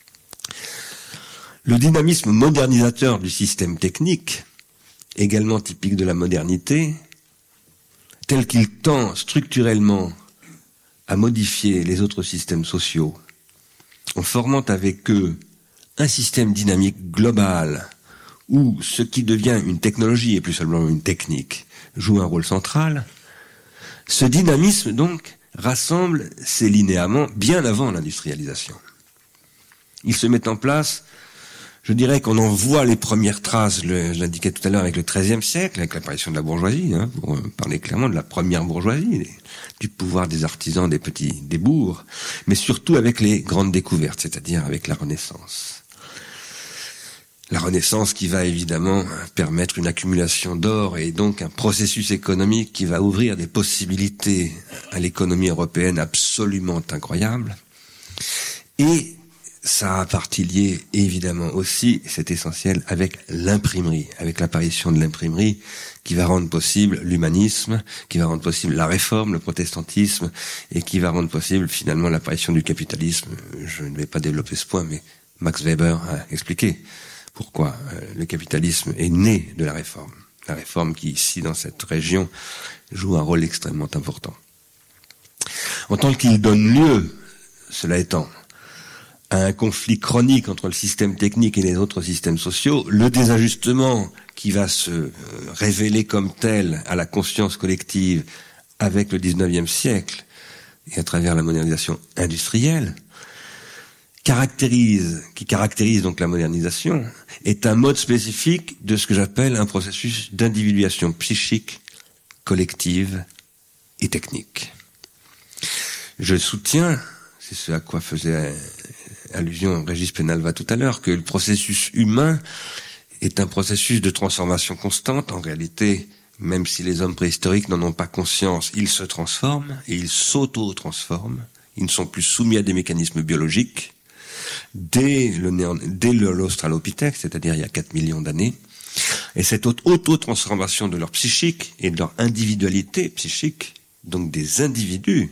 Le dynamisme modernisateur du système technique, également typique de la modernité, tel qu'il tend structurellement à modifier les autres systèmes sociaux, en formant avec eux un système dynamique global, où ce qui devient une technologie et plus seulement une technique joue un rôle central, ce dynamisme donc rassemble ces linéaments bien avant l'industrialisation. Il se met en place, je dirais qu'on en voit les premières traces, je l'indiquais tout à l'heure, avec le XIIIe siècle, avec l'apparition de la bourgeoisie, pour parler clairement de la première bourgeoisie, du pouvoir des artisans des bourgs, mais surtout avec les grandes découvertes, c'est-à-dire avec la Renaissance. La Renaissance qui va évidemment permettre une accumulation d'or et donc un processus économique qui va ouvrir des possibilités à l'économie européenne absolument incroyables. Et ça a partie liée évidemment aussi, c'est essentiel, avec l'imprimerie, avec l'apparition de l'imprimerie qui va rendre possible l'humanisme, qui va rendre possible la réforme, le protestantisme et qui va rendre possible finalement l'apparition du capitalisme. Je ne vais pas développer ce point, mais Max Weber a expliqué pourquoi le capitalisme est né de la réforme. La réforme qui, ici, dans cette région, joue un rôle extrêmement important. En tant qu'il donne lieu, cela étant, à un conflit chronique entre le système technique et les autres systèmes sociaux, le désajustement qui va se révéler comme tel à la conscience collective avec le XIXe siècle et à travers la modernisation industrielle, qui caractérise donc la modernisation, est un mode spécifique de ce que j'appelle un processus d'individuation psychique, collective et technique. Je soutiens, c'est ce à quoi faisait allusion Régis Penalva tout à l'heure, que le processus humain est un processus de transformation constante. En réalité, même si les hommes préhistoriques n'en ont pas conscience, ils se transforment et ils s'auto-transforment. Ils ne sont plus soumis à des mécanismes biologiques. Dès l'Australopithèque, c'est-à-dire il y a 4 millions d'années, et cette auto-transformation de leur psychique et de leur individualité psychique, donc des individus,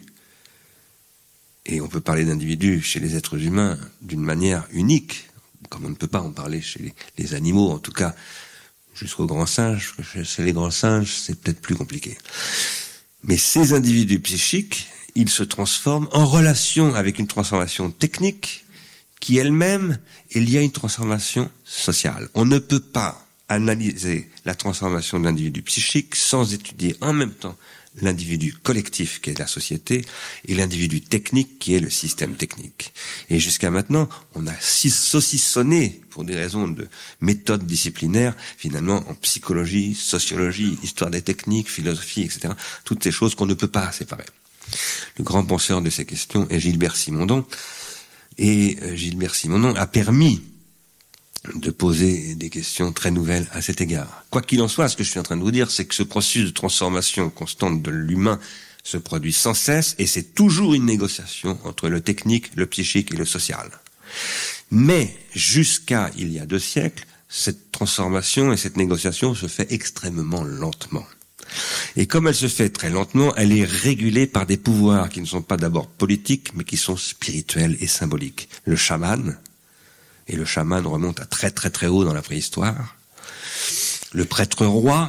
et on peut parler d'individus chez les êtres humains d'une manière unique, comme on ne peut pas en parler chez les animaux, en tout cas jusqu'aux grands singes. Chez les grands singes, c'est peut-être plus compliqué. Mais ces individus psychiques, ils se transforment en relation avec une transformation technique qui elle-même est liée à une transformation sociale. On ne peut pas analyser la transformation de l'individu psychique sans étudier en même temps l'individu collectif qui est la société et l'individu technique qui est le système technique. Et jusqu'à maintenant, on a saucissonné, pour des raisons de méthode disciplinaire, finalement en psychologie, sociologie, histoire des techniques, philosophie, etc. Toutes ces choses qu'on ne peut pas séparer. Le grand penseur de ces questions est Gilbert Simondon. Et Gilbert Simondon a permis de poser des questions très nouvelles à cet égard. Quoi qu'il en soit, ce que je suis en train de vous dire, c'est que ce processus de transformation constante de l'humain se produit sans cesse, et c'est toujours une négociation entre le technique, le psychique et le social. Mais jusqu'à il y a 2 siècles, cette transformation et cette négociation se fait extrêmement lentement. Et comme elle se fait très lentement, elle est régulée par des pouvoirs qui ne sont pas d'abord politiques, mais qui sont spirituels et symboliques. Le chaman, et le chaman remonte à très très très haut dans la préhistoire. Le prêtre roi,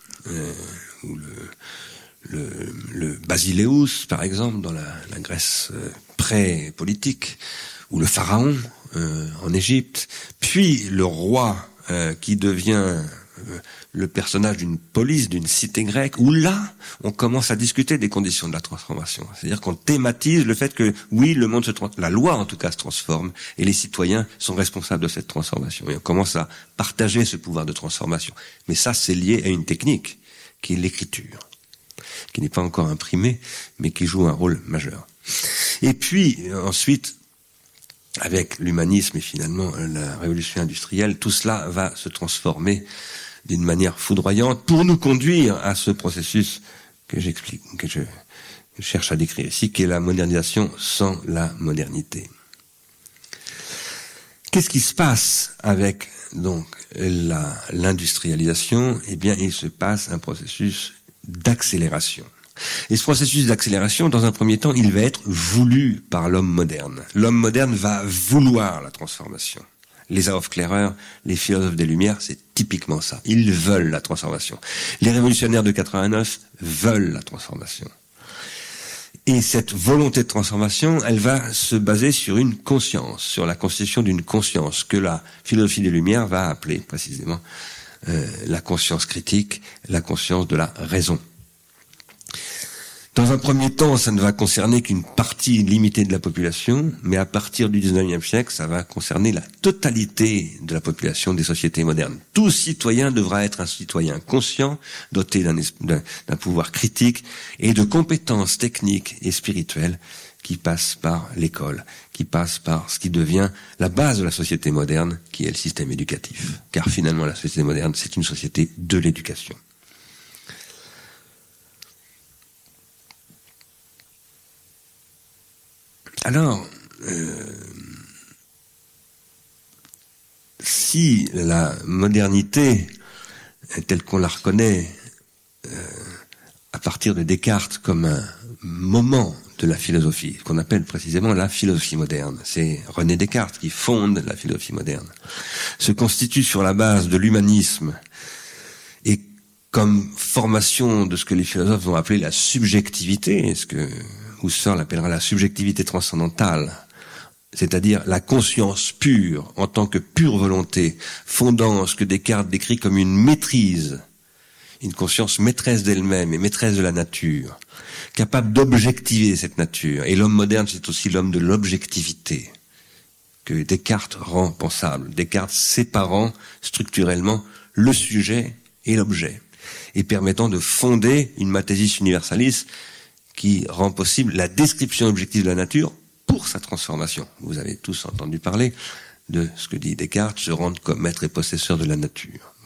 ou le basileus, par exemple, dans la Grèce pré-politique, ou le pharaon en Égypte, puis le roi qui devient le personnage d'une police, d'une cité grecque, où là, on commence à discuter des conditions de la transformation. C'est-à-dire qu'on thématise le fait que, oui, le monde la loi en tout cas se transforme, et les citoyens sont responsables de cette transformation. Et on commence à partager ce pouvoir de transformation. Mais ça, c'est lié à une technique, qui est l'écriture, qui n'est pas encore imprimée, mais qui joue un rôle majeur. Et puis, ensuite, avec l'humanisme et finalement la révolution industrielle, tout cela va se transformer d'une manière foudroyante pour nous conduire à ce processus que j'explique, que je cherche à décrire ici, qui est la modernisation sans la modernité. Qu'est-ce qui se passe avec donc l'industrialisation? Eh bien, il se passe un processus d'accélération. Et ce processus d'accélération, dans un premier temps, il va être voulu par l'homme moderne. L'homme moderne va vouloir la transformation. Les Aufklärers, les philosophes des Lumières, c'est typiquement ça. Ils veulent la transformation. Les révolutionnaires de 89 veulent la transformation. Et cette volonté de transformation, elle va se baser sur une conscience, sur la constitution d'une conscience que la philosophie des Lumières va appeler précisément la conscience critique, la conscience de la raison. Dans un premier temps, ça ne va concerner qu'une partie limitée de la population, mais à partir du 19e siècle, ça va concerner la totalité de la population des sociétés modernes. Tout citoyen devra être un citoyen conscient, doté d'un pouvoir critique et de compétences techniques et spirituelles qui passent par l'école, qui passent par ce qui devient la base de la société moderne, qui est le système éducatif. Car finalement, la société moderne, c'est une société de l'éducation. Alors, si la modernité, telle qu'on la reconnaît à partir de Descartes comme un moment de la philosophie, qu'on appelle précisément la philosophie moderne, c'est René Descartes qui fonde la philosophie moderne, se constitue sur la base de l'humanisme et comme formation de ce que les philosophes vont appeler la subjectivité, ce que Husserl appellera la subjectivité transcendantale, c'est-à-dire la conscience pure en tant que pure volonté, fondant ce que Descartes décrit comme une maîtrise, une conscience maîtresse d'elle-même et maîtresse de la nature, capable d'objectiver cette nature. Et l'homme moderne, c'est aussi l'homme de l'objectivité, que Descartes rend pensable, Descartes séparant structurellement le sujet et l'objet, et permettant de fonder une mathésis universaliste qui rend possible la description objective de la nature pour sa transformation. Vous avez tous entendu parler de ce que dit Descartes, se rendre comme maître et possesseur de la nature.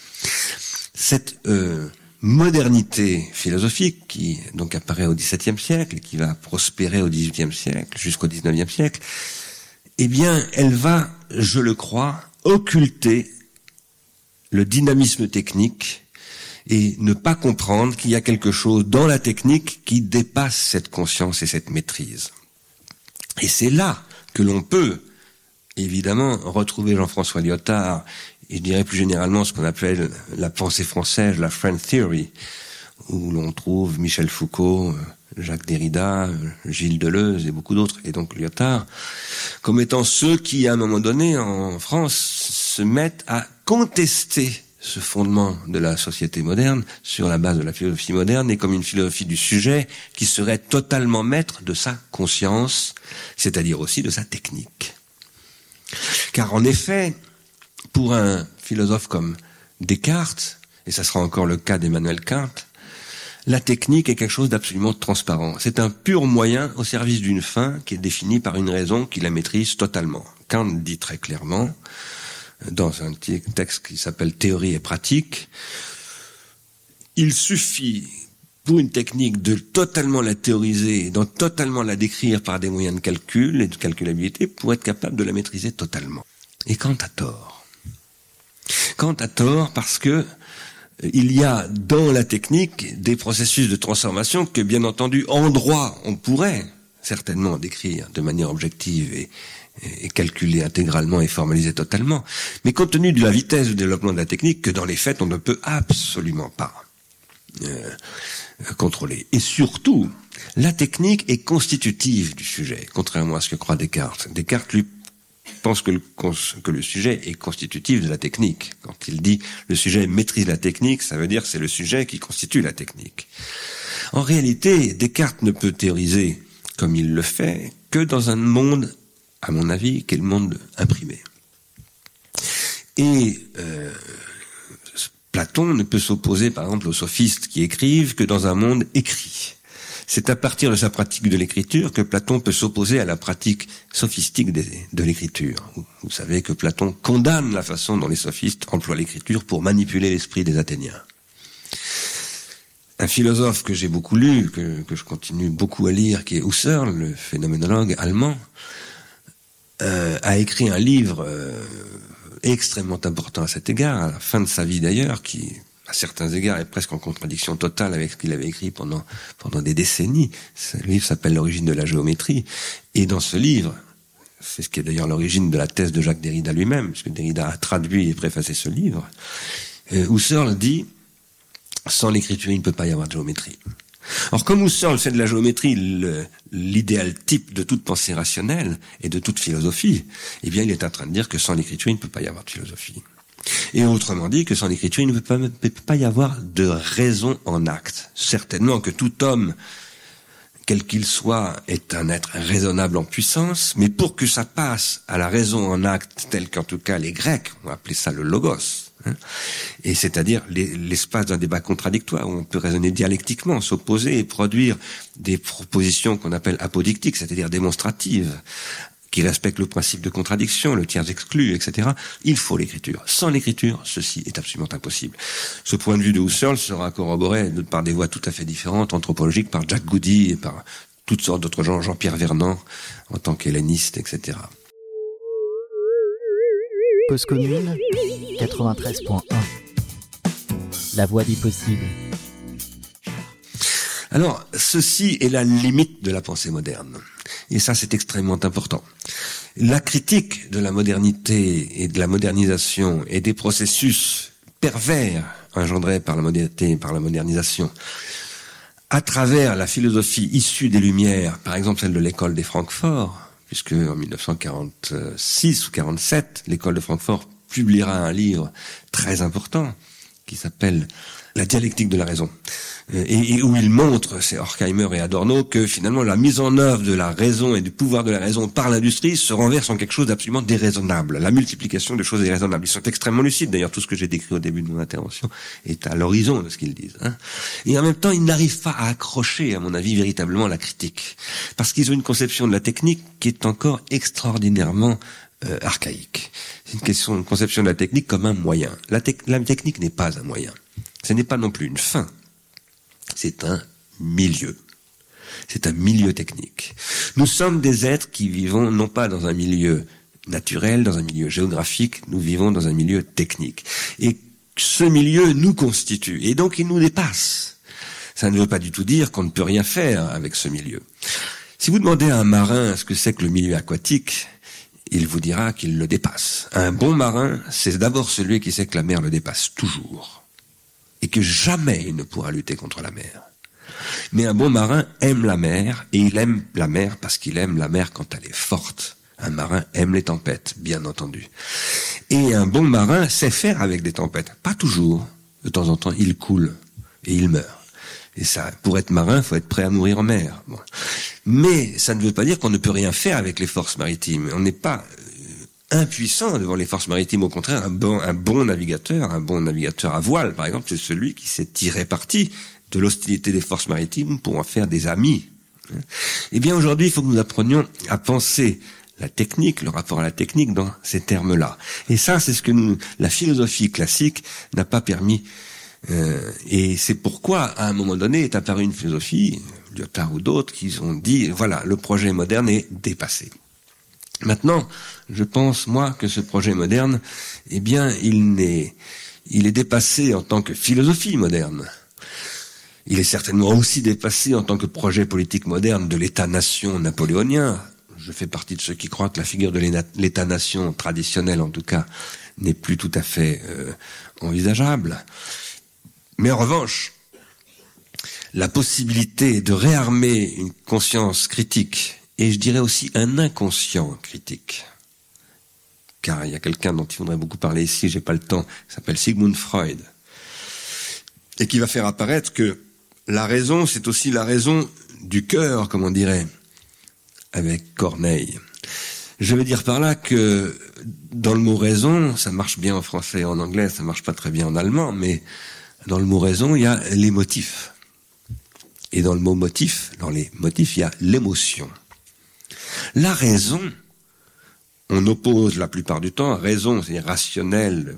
Cette modernité philosophique qui donc apparaît au XVIIe siècle et qui va prospérer au XVIIIe siècle jusqu'au XIXe siècle, eh bien, elle va, je le crois, occulter le dynamisme technique et ne pas comprendre qu'il y a quelque chose dans la technique qui dépasse cette conscience et cette maîtrise. Et c'est là que l'on peut, évidemment, retrouver Jean-François Lyotard, et je dirais plus généralement ce qu'on appelle la pensée française, la French Theory, où l'on trouve Michel Foucault, Jacques Derrida, Gilles Deleuze et beaucoup d'autres, et donc Lyotard, comme étant ceux qui, à un moment donné, en France, se mettent à contester ce fondement de la société moderne sur la base de la philosophie moderne et comme une philosophie du sujet qui serait totalement maître de sa conscience, c'est-à-dire aussi de sa technique. Car en effet, pour un philosophe comme Descartes, et ça sera encore le cas d'Emmanuel Kant, la technique est quelque chose d'absolument transparent. C'est un pur moyen au service d'une fin qui est définie par une raison qui la maîtrise totalement. Kant dit très clairement, dans un texte qui s'appelle Théorie et pratique, il suffit pour une technique de totalement la théoriser, de totalement la décrire par des moyens de calcul et de calculabilité pour être capable de la maîtriser totalement. Et Kant a tort. Kant a tort parce que il y a dans la technique des processus de transformation que, bien entendu, en droit, on pourrait certainement décrire de manière objective et calculer intégralement et formaliser totalement. Mais compte tenu de la vitesse de développement de la technique, que dans les faits, on ne peut absolument pas contrôler. Et surtout, la technique est constitutive du sujet, contrairement à ce que croit Descartes. Descartes, lui, pense que le sujet est constitutif de la technique. Quand il dit le sujet maîtrise la technique, ça veut dire que c'est le sujet qui constitue la technique. En réalité, Descartes ne peut théoriser, comme il le fait, que dans un monde, à mon avis, qui est le monde imprimé. Et Platon ne peut s'opposer, par exemple, aux sophistes qui écrivent que dans un monde écrit. C'est à partir de sa pratique de l'écriture que Platon peut s'opposer à la pratique sophistique de l'écriture. Vous savez que Platon condamne la façon dont les sophistes emploient l'écriture pour manipuler l'esprit des Athéniens. Un philosophe que j'ai beaucoup lu, que je continue beaucoup à lire, qui est Husserl, le phénoménologue allemand, a écrit un livre extrêmement important à cet égard, à la fin de sa vie d'ailleurs, qui, à certains égards, est presque en contradiction totale avec ce qu'il avait écrit pendant des décennies. Ce livre s'appelle L'origine de la géométrie. Et dans ce livre, c'est ce qui est d'ailleurs l'origine de la thèse de Jacques Derrida lui-même, puisque Derrida a traduit et préfacé ce livre, Husserl dit « Sans l'écriture, il ne peut pas y avoir de géométrie ». Or, comme Husserl fait de la géométrie l'idéal type de toute pensée rationnelle et de toute philosophie, eh bien, il est en train de dire que sans l'écriture, il ne peut pas y avoir de philosophie. Et autrement dit, que sans l'écriture, il ne peut pas y avoir de raison en acte. Certainement que tout homme, quel qu'il soit, est un être raisonnable en puissance, mais pour que ça passe à la raison en acte, tel qu'en tout cas les Grecs ont appelé ça le logos, et c'est-à-dire l'espace d'un débat contradictoire où on peut raisonner dialectiquement, s'opposer et produire des propositions qu'on appelle apodictiques, c'est-à-dire démonstratives, qui respectent le principe de contradiction, le tiers exclu, etc. Il faut l'écriture. Sans l'écriture, ceci est absolument impossible. Ce point de vue de Husserl sera corroboré par des voies tout à fait différentes, anthropologiques, par Jack Goody et par toutes sortes d'autres gens, Jean-Pierre Vernant, en tant qu'helléniste, etc. Cause commune 93.1. La voie des possibles. Alors, ceci est la limite de la pensée moderne. Et ça, c'est extrêmement important. La critique de la modernité et de la modernisation et des processus pervers engendrés par la modernité et par la modernisation, à travers la philosophie issue des Lumières, par exemple celle de l'école des Francfort, puisque en 1946 ou 47, l'école de Francfort publiera un livre très important qui s'appelle La dialectique de la raison, et où il montre, c'est Horkheimer et Adorno, que finalement la mise en œuvre de la raison et du pouvoir de la raison par l'industrie se renverse en quelque chose d'absolument déraisonnable, la multiplication de choses déraisonnables. Ils sont extrêmement lucides, d'ailleurs tout ce que j'ai décrit au début de mon intervention est à l'horizon de ce qu'ils disent. Et en même temps, ils n'arrivent pas à accrocher, à mon avis, véritablement la critique, parce qu'ils ont une conception de la technique qui est encore extraordinairement archaïque. C'est une conception de la technique comme un moyen. La technique n'est pas un moyen. Ce n'est pas non plus une fin. C'est un milieu. C'est un milieu technique. Nous sommes des êtres qui vivons non pas dans un milieu naturel, dans un milieu géographique, nous vivons dans un milieu technique. Et ce milieu nous constitue, et donc il nous dépasse. Ça ne veut pas du tout dire qu'on ne peut rien faire avec ce milieu. Si vous demandez à un marin ce que c'est que le milieu aquatique, il vous dira qu'il le dépasse. Un bon marin, c'est d'abord celui qui sait que la mer le dépasse toujours. Et que jamais il ne pourra lutter contre la mer. Mais un bon marin aime la mer, et il aime la mer parce qu'il aime la mer quand elle est forte. Un marin aime les tempêtes, bien entendu. Et un bon marin sait faire avec des tempêtes. Pas toujours. De temps en temps, il coule et il meurt. Et ça, pour être marin, il faut être prêt à mourir en mer. Bon. Mais ça ne veut pas dire qu'on ne peut rien faire avec les forces maritimes. On n'est pas impuissant devant les forces maritimes. Au contraire, un bon navigateur à voile, par exemple, c'est celui qui sait tirer parti de l'hostilité des forces maritimes pour en faire des amis. Eh bien, aujourd'hui, il faut que nous apprenions à penser la technique, le rapport à la technique dans ces termes-là. Et ça, c'est ce que la philosophie classique n'a pas permis. Et c'est pourquoi, à un moment donné, est apparue une philosophie, Lyotard ou d'autres, qui ont dit, voilà, le projet moderne est dépassé. Maintenant, je pense, moi, que ce projet moderne, eh bien, il est dépassé en tant que philosophie moderne. Il est certainement aussi dépassé en tant que projet politique moderne de l'État-nation napoléonien. Je fais partie de ceux qui croient que la figure de l'État-nation traditionnel, en tout cas, n'est plus tout à fait envisageable. Mais en revanche, la possibilité de réarmer une conscience critique, et je dirais aussi un inconscient critique, car il y a quelqu'un dont il faudrait beaucoup parler ici, j'ai pas le temps, qui s'appelle Sigmund Freud, et qui va faire apparaître que la raison, c'est aussi la raison du cœur, comme on dirait, avec Corneille. Je veux dire par là que dans le mot raison, ça marche bien en français et en anglais, ça marche pas très bien en allemand, mais dans le mot raison, il y a l'émotif. Et dans le mot motif, dans les motifs, il y a l'émotion. La raison, on oppose la plupart du temps raison, c'est rationnel,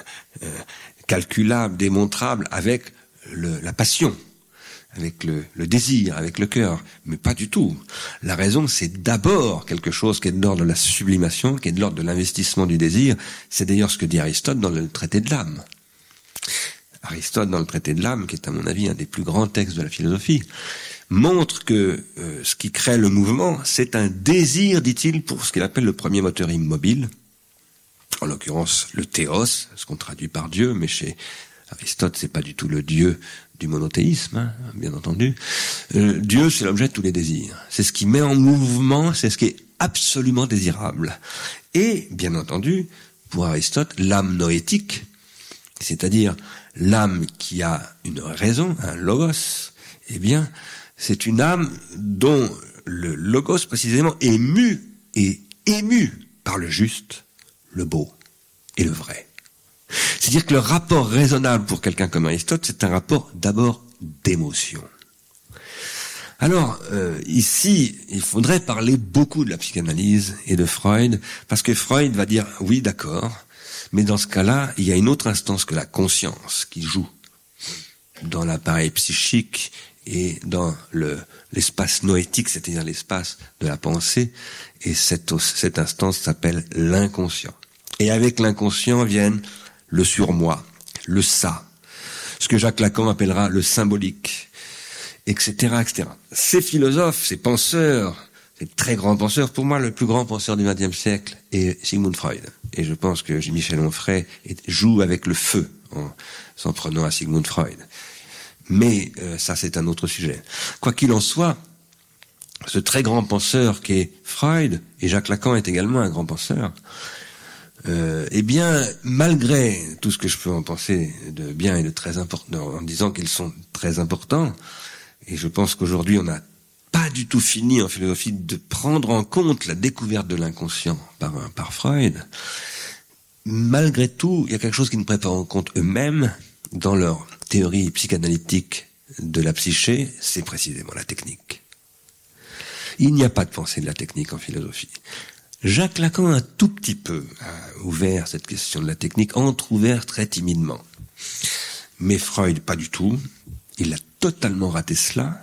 calculable, démontrable, avec la passion, avec le désir, avec le cœur. Mais pas du tout. La raison, c'est d'abord quelque chose qui est de l'ordre de la sublimation, qui est de l'ordre de l'investissement du désir. C'est d'ailleurs ce que dit Aristote dans le traité de l'âme. Aristote, dans le traité de l'âme, qui est à mon avis un des plus grands textes de la philosophie, montre que ce qui crée le mouvement, c'est un désir, dit-il, pour ce qu'il appelle le premier moteur immobile, en l'occurrence le théos, ce qu'on traduit par Dieu, mais chez Aristote, c'est pas du tout le Dieu du monothéisme, hein, bien entendu. Dieu, c'est l'objet de tous les désirs. C'est ce qui met en mouvement, c'est ce qui est absolument désirable. Et, bien entendu, pour Aristote, l'âme noétique, c'est-à-dire l'âme qui a une raison, un logos, eh bien, c'est une âme dont le logos, précisément, est ému par le juste, le beau et le vrai. C'est-à-dire que le rapport raisonnable pour quelqu'un comme Aristote, c'est un rapport d'abord d'émotion. Alors, ici, il faudrait parler beaucoup de la psychanalyse et de Freud, parce que Freud va dire, oui, d'accord, mais dans ce cas-là, il y a une autre instance que la conscience qui joue dans l'appareil psychique et dans l'espace noétique, c'est-à-dire l'espace de la pensée, et cette instance s'appelle l'inconscient. Et avec l'inconscient viennent le surmoi, le ça, ce que Jacques Lacan appellera le symbolique, etc., etc. Ces philosophes, ces penseurs, ces très grands penseurs, pour moi, le plus grand penseur du XXe siècle est Sigmund Freud. Et je pense que Michel Onfray joue avec le feu en s'en prenant à Sigmund Freud. Mais ça, c'est un autre sujet. Quoi qu'il en soit, ce très grand penseur qu'est Freud, et Jacques Lacan est également un grand penseur, eh bien, malgré tout ce que je peux en penser de bien et de très important, en disant qu'ils sont très importants, et je pense qu'aujourd'hui on n'a pas du tout fini en philosophie de prendre en compte la découverte de l'inconscient par Freud, malgré tout, il y a quelque chose qu'ils ne prennent pas en compte eux-mêmes dans leur théorie psychanalytique de la psyché, c'est précisément la technique. Il n'y a pas de pensée de la technique en philosophie. Jacques Lacan un tout petit peu a ouvert cette question de la technique, entrouvert très timidement. Mais Freud, pas du tout. Il a totalement raté cela,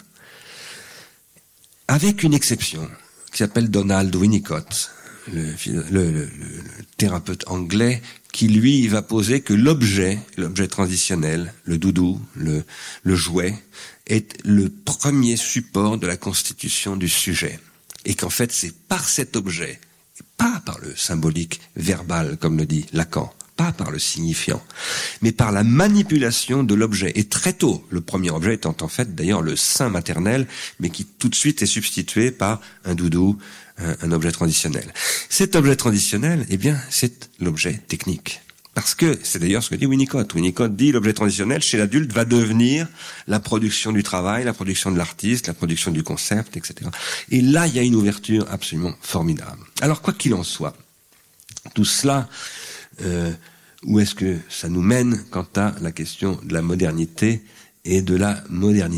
avec une exception qui s'appelle Donald Winnicott, le thérapeute anglais, qui lui va poser que l'objet transitionnel, le doudou, le jouet, est le premier support de la constitution du sujet. Et qu'en fait, c'est par cet objet, pas par le symbolique verbal, comme le dit Lacan, pas par le signifiant, mais par la manipulation de l'objet. Et très tôt, le premier objet étant en fait d'ailleurs le sein maternel, mais qui tout de suite est substitué par un doudou, un objet transitionnel. Cet objet transitionnel, eh bien, c'est l'objet technique. Parce que, c'est d'ailleurs ce que dit Winnicott. Winnicott dit l'objet transitionnel chez l'adulte va devenir la production du travail, la production de l'artiste, la production du concept, etc. Et là, il y a une ouverture absolument formidable. Alors, quoi qu'il en soit, tout cela, où est-ce que ça nous mène quant à la question de la modernité et de la modernisation ?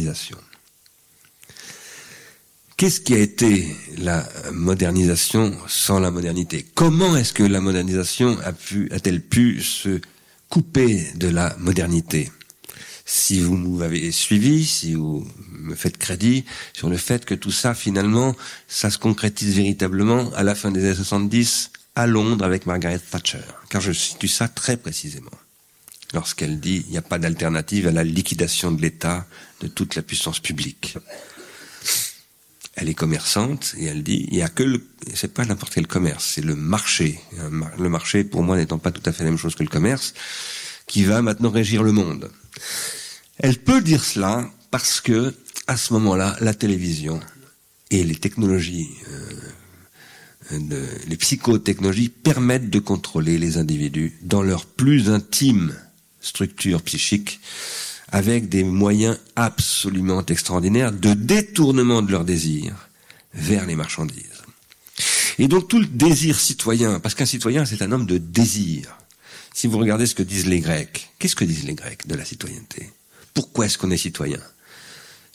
Qu'est-ce qui a été la modernisation sans la modernité ? Comment est-ce que la modernisation a-t-elle pu se couper de la modernité ? Si vous m'avez suivi, si vous me faites crédit sur le fait que tout ça, finalement, ça se concrétise véritablement à la fin des années 70 à Londres avec Margaret Thatcher. Car je situe ça très précisément. Lorsqu'elle dit il n'y a pas d'alternative à la liquidation de l'État, de toute la puissance publique. Elle est commerçante et elle dit, il y a que c'est pas n'importe quel commerce, c'est le marché. Le marché, pour moi, n'étant pas tout à fait la même chose que le commerce, qui va maintenant régir le monde. Elle peut dire cela parce que, à ce moment-là, la télévision et les technologies, les psychotechnologies permettent de contrôler les individus dans leur plus intime structure psychique, avec des moyens absolument extraordinaires de détournement de leurs désirs vers les marchandises. Et donc tout le désir citoyen, parce qu'un citoyen c'est un homme de désir. Si vous regardez ce que disent les Grecs, qu'est-ce que disent les Grecs de la citoyenneté ? Pourquoi est-ce qu'on est citoyen ?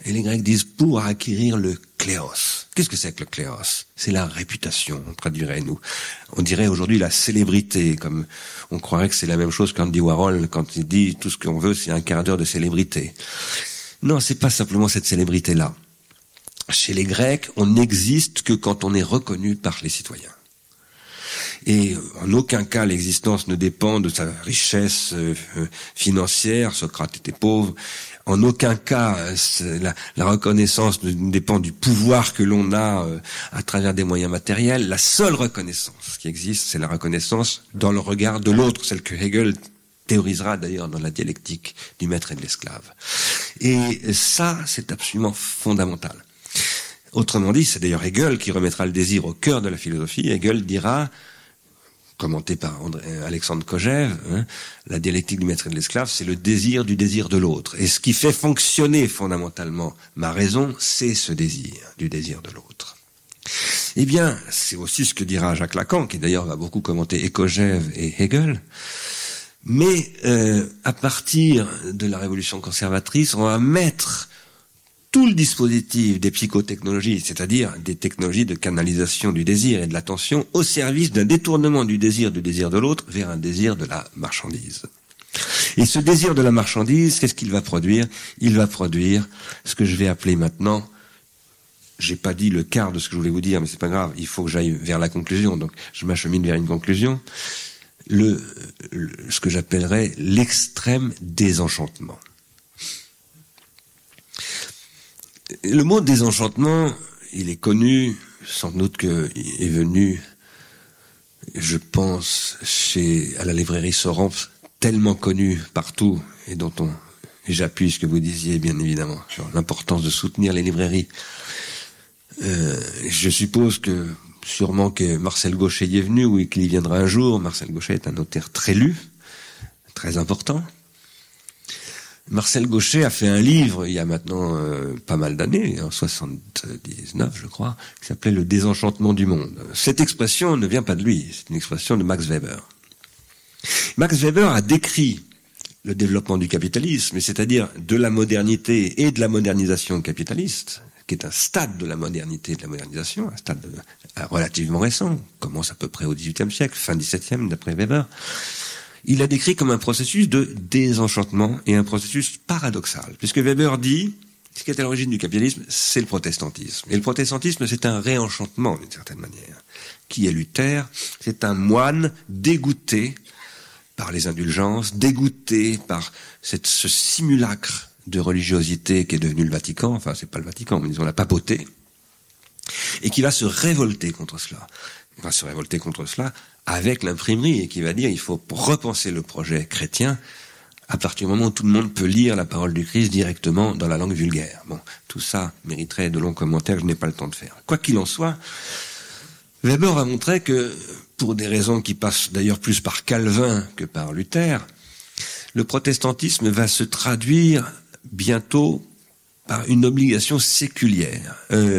Et les Grecs disent pour acquérir le kléos. Qu'est-ce que c'est que le kléos? C'est la réputation, on traduirait nous. On dirait aujourd'hui la célébrité, comme on croirait que c'est la même chose qu'Andy Warhol quand il dit tout ce qu'on veut, c'est un quart d'heure de célébrité. Non, c'est pas simplement cette célébrité-là. Chez les Grecs, on n'existe que quand on est reconnu par les citoyens. Et en aucun cas l'existence ne dépend de sa richesse financière. Socrate était pauvre. En aucun cas la reconnaissance ne dépend du pouvoir que l'on a à travers des moyens matériels. La seule reconnaissance qui existe, c'est la reconnaissance dans le regard de l'autre, celle que Hegel théorisera d'ailleurs dans la dialectique du maître et de l'esclave. Et ça, c'est absolument fondamental. Autrement dit, c'est d'ailleurs Hegel qui remettra le désir au cœur de la philosophie. Hegel dira, commenté par Alexandre Kojève, la dialectique du maître et de l'esclave, c'est le désir du désir de l'autre. Et ce qui fait fonctionner fondamentalement ma raison, c'est ce désir du désir de l'autre. Eh bien, c'est aussi ce que dira Jacques Lacan, qui d'ailleurs va beaucoup commenter et Kojève et Hegel. Mais à partir de la révolution conservatrice, on va mettre tout le dispositif des psychotechnologies, c'est-à-dire des technologies de canalisation du désir et de l'attention, au service d'un détournement du désir de l'autre vers un désir de la marchandise. Et ce désir de la marchandise, qu'est-ce qu'il va produire? Il va produire ce que je vais appeler maintenant, j'ai pas dit le quart de ce que je voulais vous dire, mais c'est pas grave, il faut que j'aille vers la conclusion, donc je m'achemine vers une conclusion, ce que j'appellerais l'extrême désenchantement. Le mot désenchantement, il est connu, sans doute qu'il est venu, je pense, à la librairie Soramps, tellement connu partout, et j'appuie ce que vous disiez, bien évidemment, sur l'importance de soutenir les librairies. Je suppose sûrement que Marcel Gauchet y est venu, ou qu'il y viendra un jour. Marcel Gauchet est un auteur très lu, très important. Marcel Gauchet a fait un livre, il y a maintenant pas mal d'années, en 79 je crois, qui s'appelait « Le désenchantement du monde ». Cette expression ne vient pas de lui, c'est une expression de Max Weber. Max Weber a décrit le développement du capitalisme, c'est-à-dire de la modernité et de la modernisation capitaliste, qui est un stade de la modernité et de la modernisation, un stade relativement récent, commence à peu près au XVIIIe siècle, fin XVIIe d'après Weber. Il l'a décrit comme un processus de désenchantement et un processus paradoxal, puisque Weber dit, ce qui est à l'origine du capitalisme, c'est le protestantisme. Et le protestantisme, c'est un réenchantement, d'une certaine manière. Qui est Luther? C'est un moine dégoûté par les indulgences, dégoûté par ce simulacre de religiosité qui est devenu le Vatican, enfin c'est pas le Vatican, mais disons la papauté, et qui va se révolter contre cela. Il va se révolter contre cela avec l'imprimerie, et qui va dire il faut repenser le projet chrétien à partir du moment où tout le monde peut lire la parole du Christ directement dans la langue vulgaire. Bon, tout ça mériterait de longs commentaires que je n'ai pas le temps de faire. Quoi qu'il en soit, Weber a montré que, pour des raisons qui passent d'ailleurs plus par Calvin que par Luther, le protestantisme va se traduire bientôt par une obligation séculière,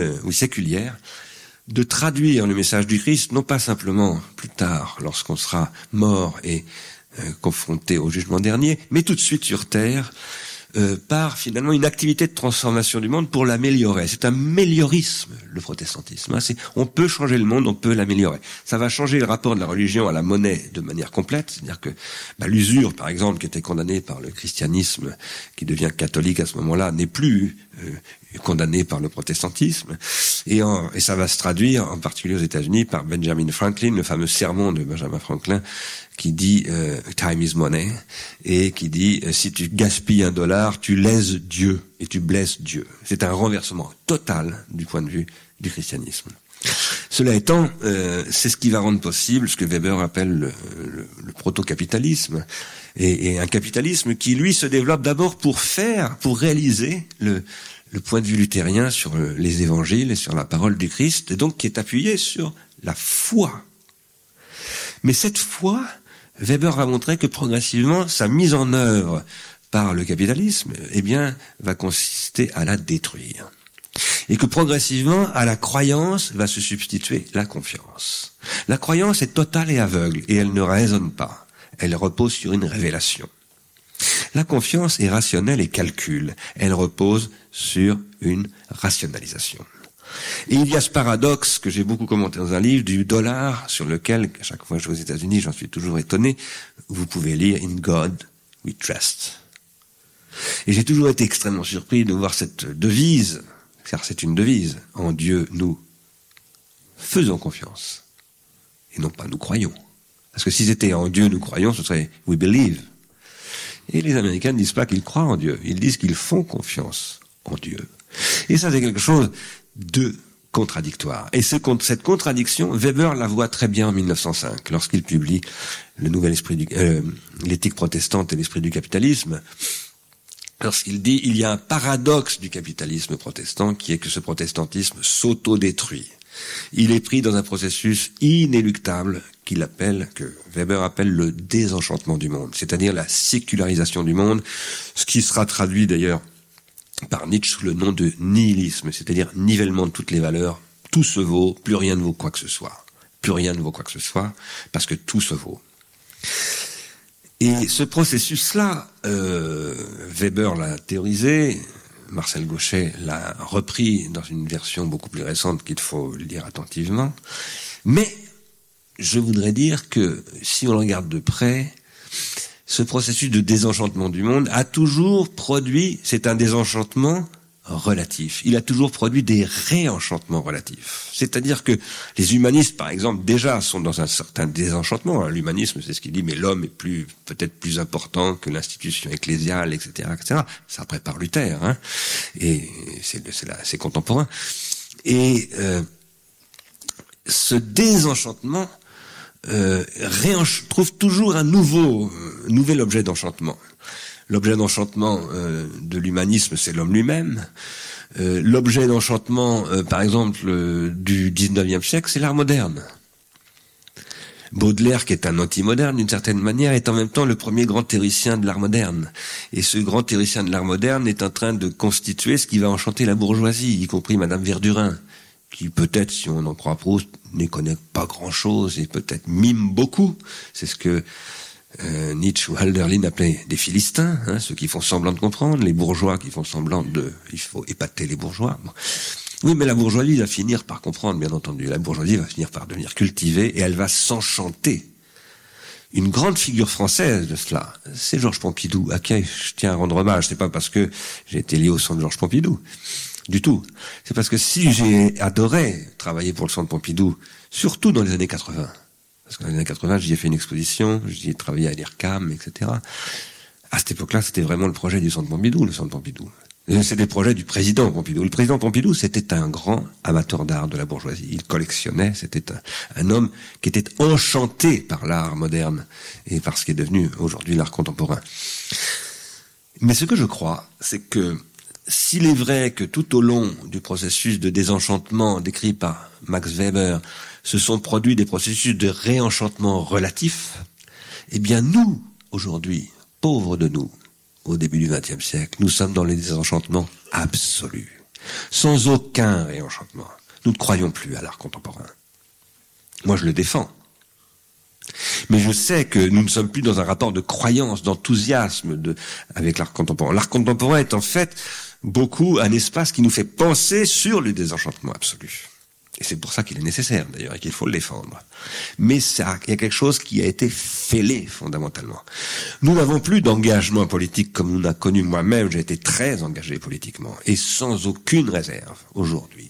de traduire le message du Christ, non pas simplement plus tard, lorsqu'on sera mort et confronté au jugement dernier, mais tout de suite sur terre, par finalement une activité de transformation du monde pour l'améliorer. C'est un méliorisme, le protestantisme. On peut changer le monde, on peut l'améliorer. Ça va changer le rapport de la religion à la monnaie de manière complète, c'est-à-dire que l'usure, par exemple, qui était condamnée par le christianisme, qui devient catholique à ce moment-là, n'est plus condamnée par le protestantisme, et ça va se traduire, en particulier aux États-Unis, par Benjamin Franklin, le fameux sermon de Benjamin Franklin, qui dit time is money, et qui dit si tu gaspilles $1, tu lèses Dieu et tu blesses Dieu. C'est un renversement total du point de vue du christianisme. Cela étant, c'est ce qui va rendre possible ce que Weber appelle le proto-capitalisme, et un capitalisme qui lui se développe d'abord pour réaliser le point de vue luthérien sur les évangiles et sur la parole du Christ, et donc qui est appuyé sur la foi. Mais cette foi, Weber va montrer que progressivement, sa mise en œuvre par le capitalisme, va consister à la détruire. Et que progressivement, à la croyance va se substituer la confiance. La croyance est totale et aveugle, et elle ne raisonne pas. Elle repose sur une révélation. La confiance est rationnelle et calcul. Elle repose sur une rationalisation. Et il y a ce paradoxe que j'ai beaucoup commenté dans un livre du dollar, sur lequel, à chaque fois que je vais aux États-Unis, j'en suis toujours étonné, vous pouvez lire « In God we trust ». Et j'ai toujours été extrêmement surpris de voir cette devise, car c'est une devise, « En Dieu nous faisons confiance ». Et non pas « nous croyons ». Parce que si c'était « en Dieu nous croyons », ce serait « we believe ». Et les Américains ne disent pas qu'ils croient en Dieu, ils disent qu'ils font confiance en Dieu. Et ça, c'est quelque chose de contradictoire. Et cette contradiction, Weber la voit très bien en 1905, lorsqu'il publie le nouvel esprit l'éthique protestante et l'esprit du capitalisme, lorsqu'il dit il y a un paradoxe du capitalisme protestant qui est que ce protestantisme s'auto-détruit. Il est pris dans un processus inéluctable que Weber appelle le désenchantement du monde, c'est-à-dire la sécularisation du monde, ce qui sera traduit d'ailleurs par Nietzsche sous le nom de nihilisme, c'est-à-dire nivellement de toutes les valeurs, tout se vaut, plus rien ne vaut quoi que ce soit. Plus rien ne vaut quoi que ce soit, parce que tout se vaut. Et ce processus-là, Weber l'a théorisé, Marcel Gauchet l'a repris dans une version beaucoup plus récente qu'il faut lire attentivement, mais je voudrais dire que, si on le regarde de près, ce processus de désenchantement du monde a toujours produit, c'est un désenchantement relatif. Il a toujours produit des réenchantements relatifs. C'est-à-dire que les humanistes, par exemple, déjà sont dans un certain désenchantement. L'humanisme, c'est ce qui dit, mais l'homme est peut-être plus important que l'institution ecclésiale, etc., etc. Ça prépare Luther, hein. Et c'est contemporain. Et ce désenchantement trouve toujours un nouvel objet d'enchantement. L'objet d'enchantement de l'humanisme, c'est l'homme lui-même. L'objet d'enchantement, par exemple, du 19e siècle, c'est l'art moderne. Baudelaire, qui est un anti-moderne d'une certaine manière, est en même temps le premier grand théoricien de l'art moderne. Et ce grand théoricien de l'art moderne est en train de constituer ce qui va enchanter la bourgeoisie, y compris Madame Verdurin, qui peut-être, si on en croit Proust, ne connaît pas grand-chose et peut-être mime beaucoup. C'est ce que Nietzsche ou Hölderlin appelaient des Philistins, hein, ceux qui font semblant de comprendre, les bourgeois qui font semblant il faut épater les bourgeois. Bon. Oui, mais la bourgeoisie va finir par comprendre, bien entendu. La bourgeoisie va finir par devenir cultivée et elle va s'enchanter. Une grande figure française de cela, c'est Georges Pompidou, à qui je tiens à rendre hommage. C'est pas parce que j'ai été lié au centre Georges Pompidou, du tout. C'est parce que si j'ai adoré travailler pour le centre Pompidou, surtout dans les années 80, parce que dans les années 80, j'y ai fait une exposition, j'y ai travaillé à l'IRCAM, etc. À cette époque-là, c'était vraiment le projet du centre Pompidou, le centre Pompidou. C'était le projet du président Pompidou. Le président Pompidou, c'était un grand amateur d'art de la bourgeoisie. Il collectionnait, c'était un homme qui était enchanté par l'art moderne et par ce qui est devenu aujourd'hui l'art contemporain. Mais ce que je crois, c'est que s'il est vrai que tout au long du processus de désenchantement décrit par Max Weber, se sont produits des processus de réenchantement relatif, eh bien nous, aujourd'hui, pauvres de nous, au début du XXe siècle, nous sommes dans les désenchantements absolus, sans aucun réenchantement. Nous ne croyons plus à l'art contemporain. Moi, je le défends. Mais je sais que nous ne sommes plus dans un rapport de croyance, d'enthousiasme avec l'art contemporain. L'art contemporain est en fait beaucoup un espace qui nous fait penser sur le désenchantement absolu. Et c'est pour ça qu'il est nécessaire, d'ailleurs, et qu'il faut le défendre. Mais il y a quelque chose qui a été fêlé, fondamentalement. Nous n'avons plus d'engagement politique comme nous l'a connu moi-même. J'ai été très engagé politiquement, et sans aucune réserve, aujourd'hui.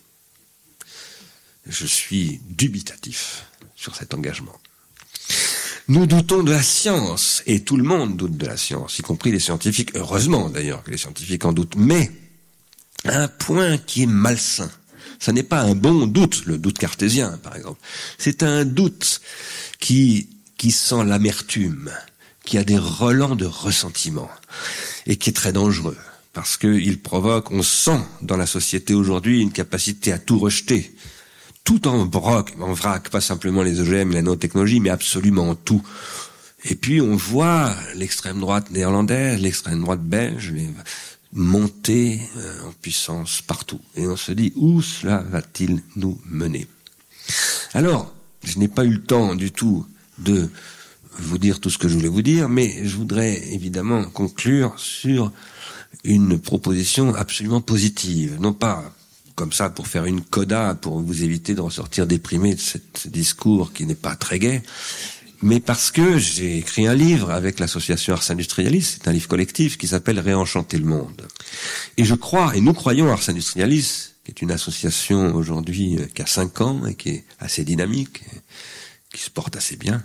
Je suis dubitatif sur cet engagement. Nous doutons de la science, et tout le monde doute de la science, y compris les scientifiques. Heureusement, d'ailleurs, que les scientifiques en doutent. Mais, un point qui est malsain. Ça n'est pas un bon doute, le doute cartésien, par exemple. C'est un doute qui sent l'amertume, qui a des relents de ressentiment, et qui est très dangereux, parce qu'il provoque, on sent dans la société aujourd'hui une capacité à tout rejeter, tout en vrac, pas simplement les OGM et la nanotechnologie, mais absolument tout. Et puis on voit l'extrême droite néerlandaise, l'extrême droite belge, monter en puissance partout. Et on se dit, où cela va-t-il nous mener? Alors, je n'ai pas eu le temps du tout de vous dire tout ce que je voulais vous dire, mais je voudrais évidemment conclure sur une proposition absolument positive, non pas comme ça pour faire une coda, pour vous éviter de ressortir déprimé de ce discours qui n'est pas très gai, mais parce que j'ai écrit un livre avec l'association Ars Industrialis, c'est un livre collectif qui s'appelle Réenchanter le monde. Et je crois, et nous croyons, Ars Industrialis, qui est une association aujourd'hui qui a 5 ans et qui est assez dynamique, qui se porte assez bien,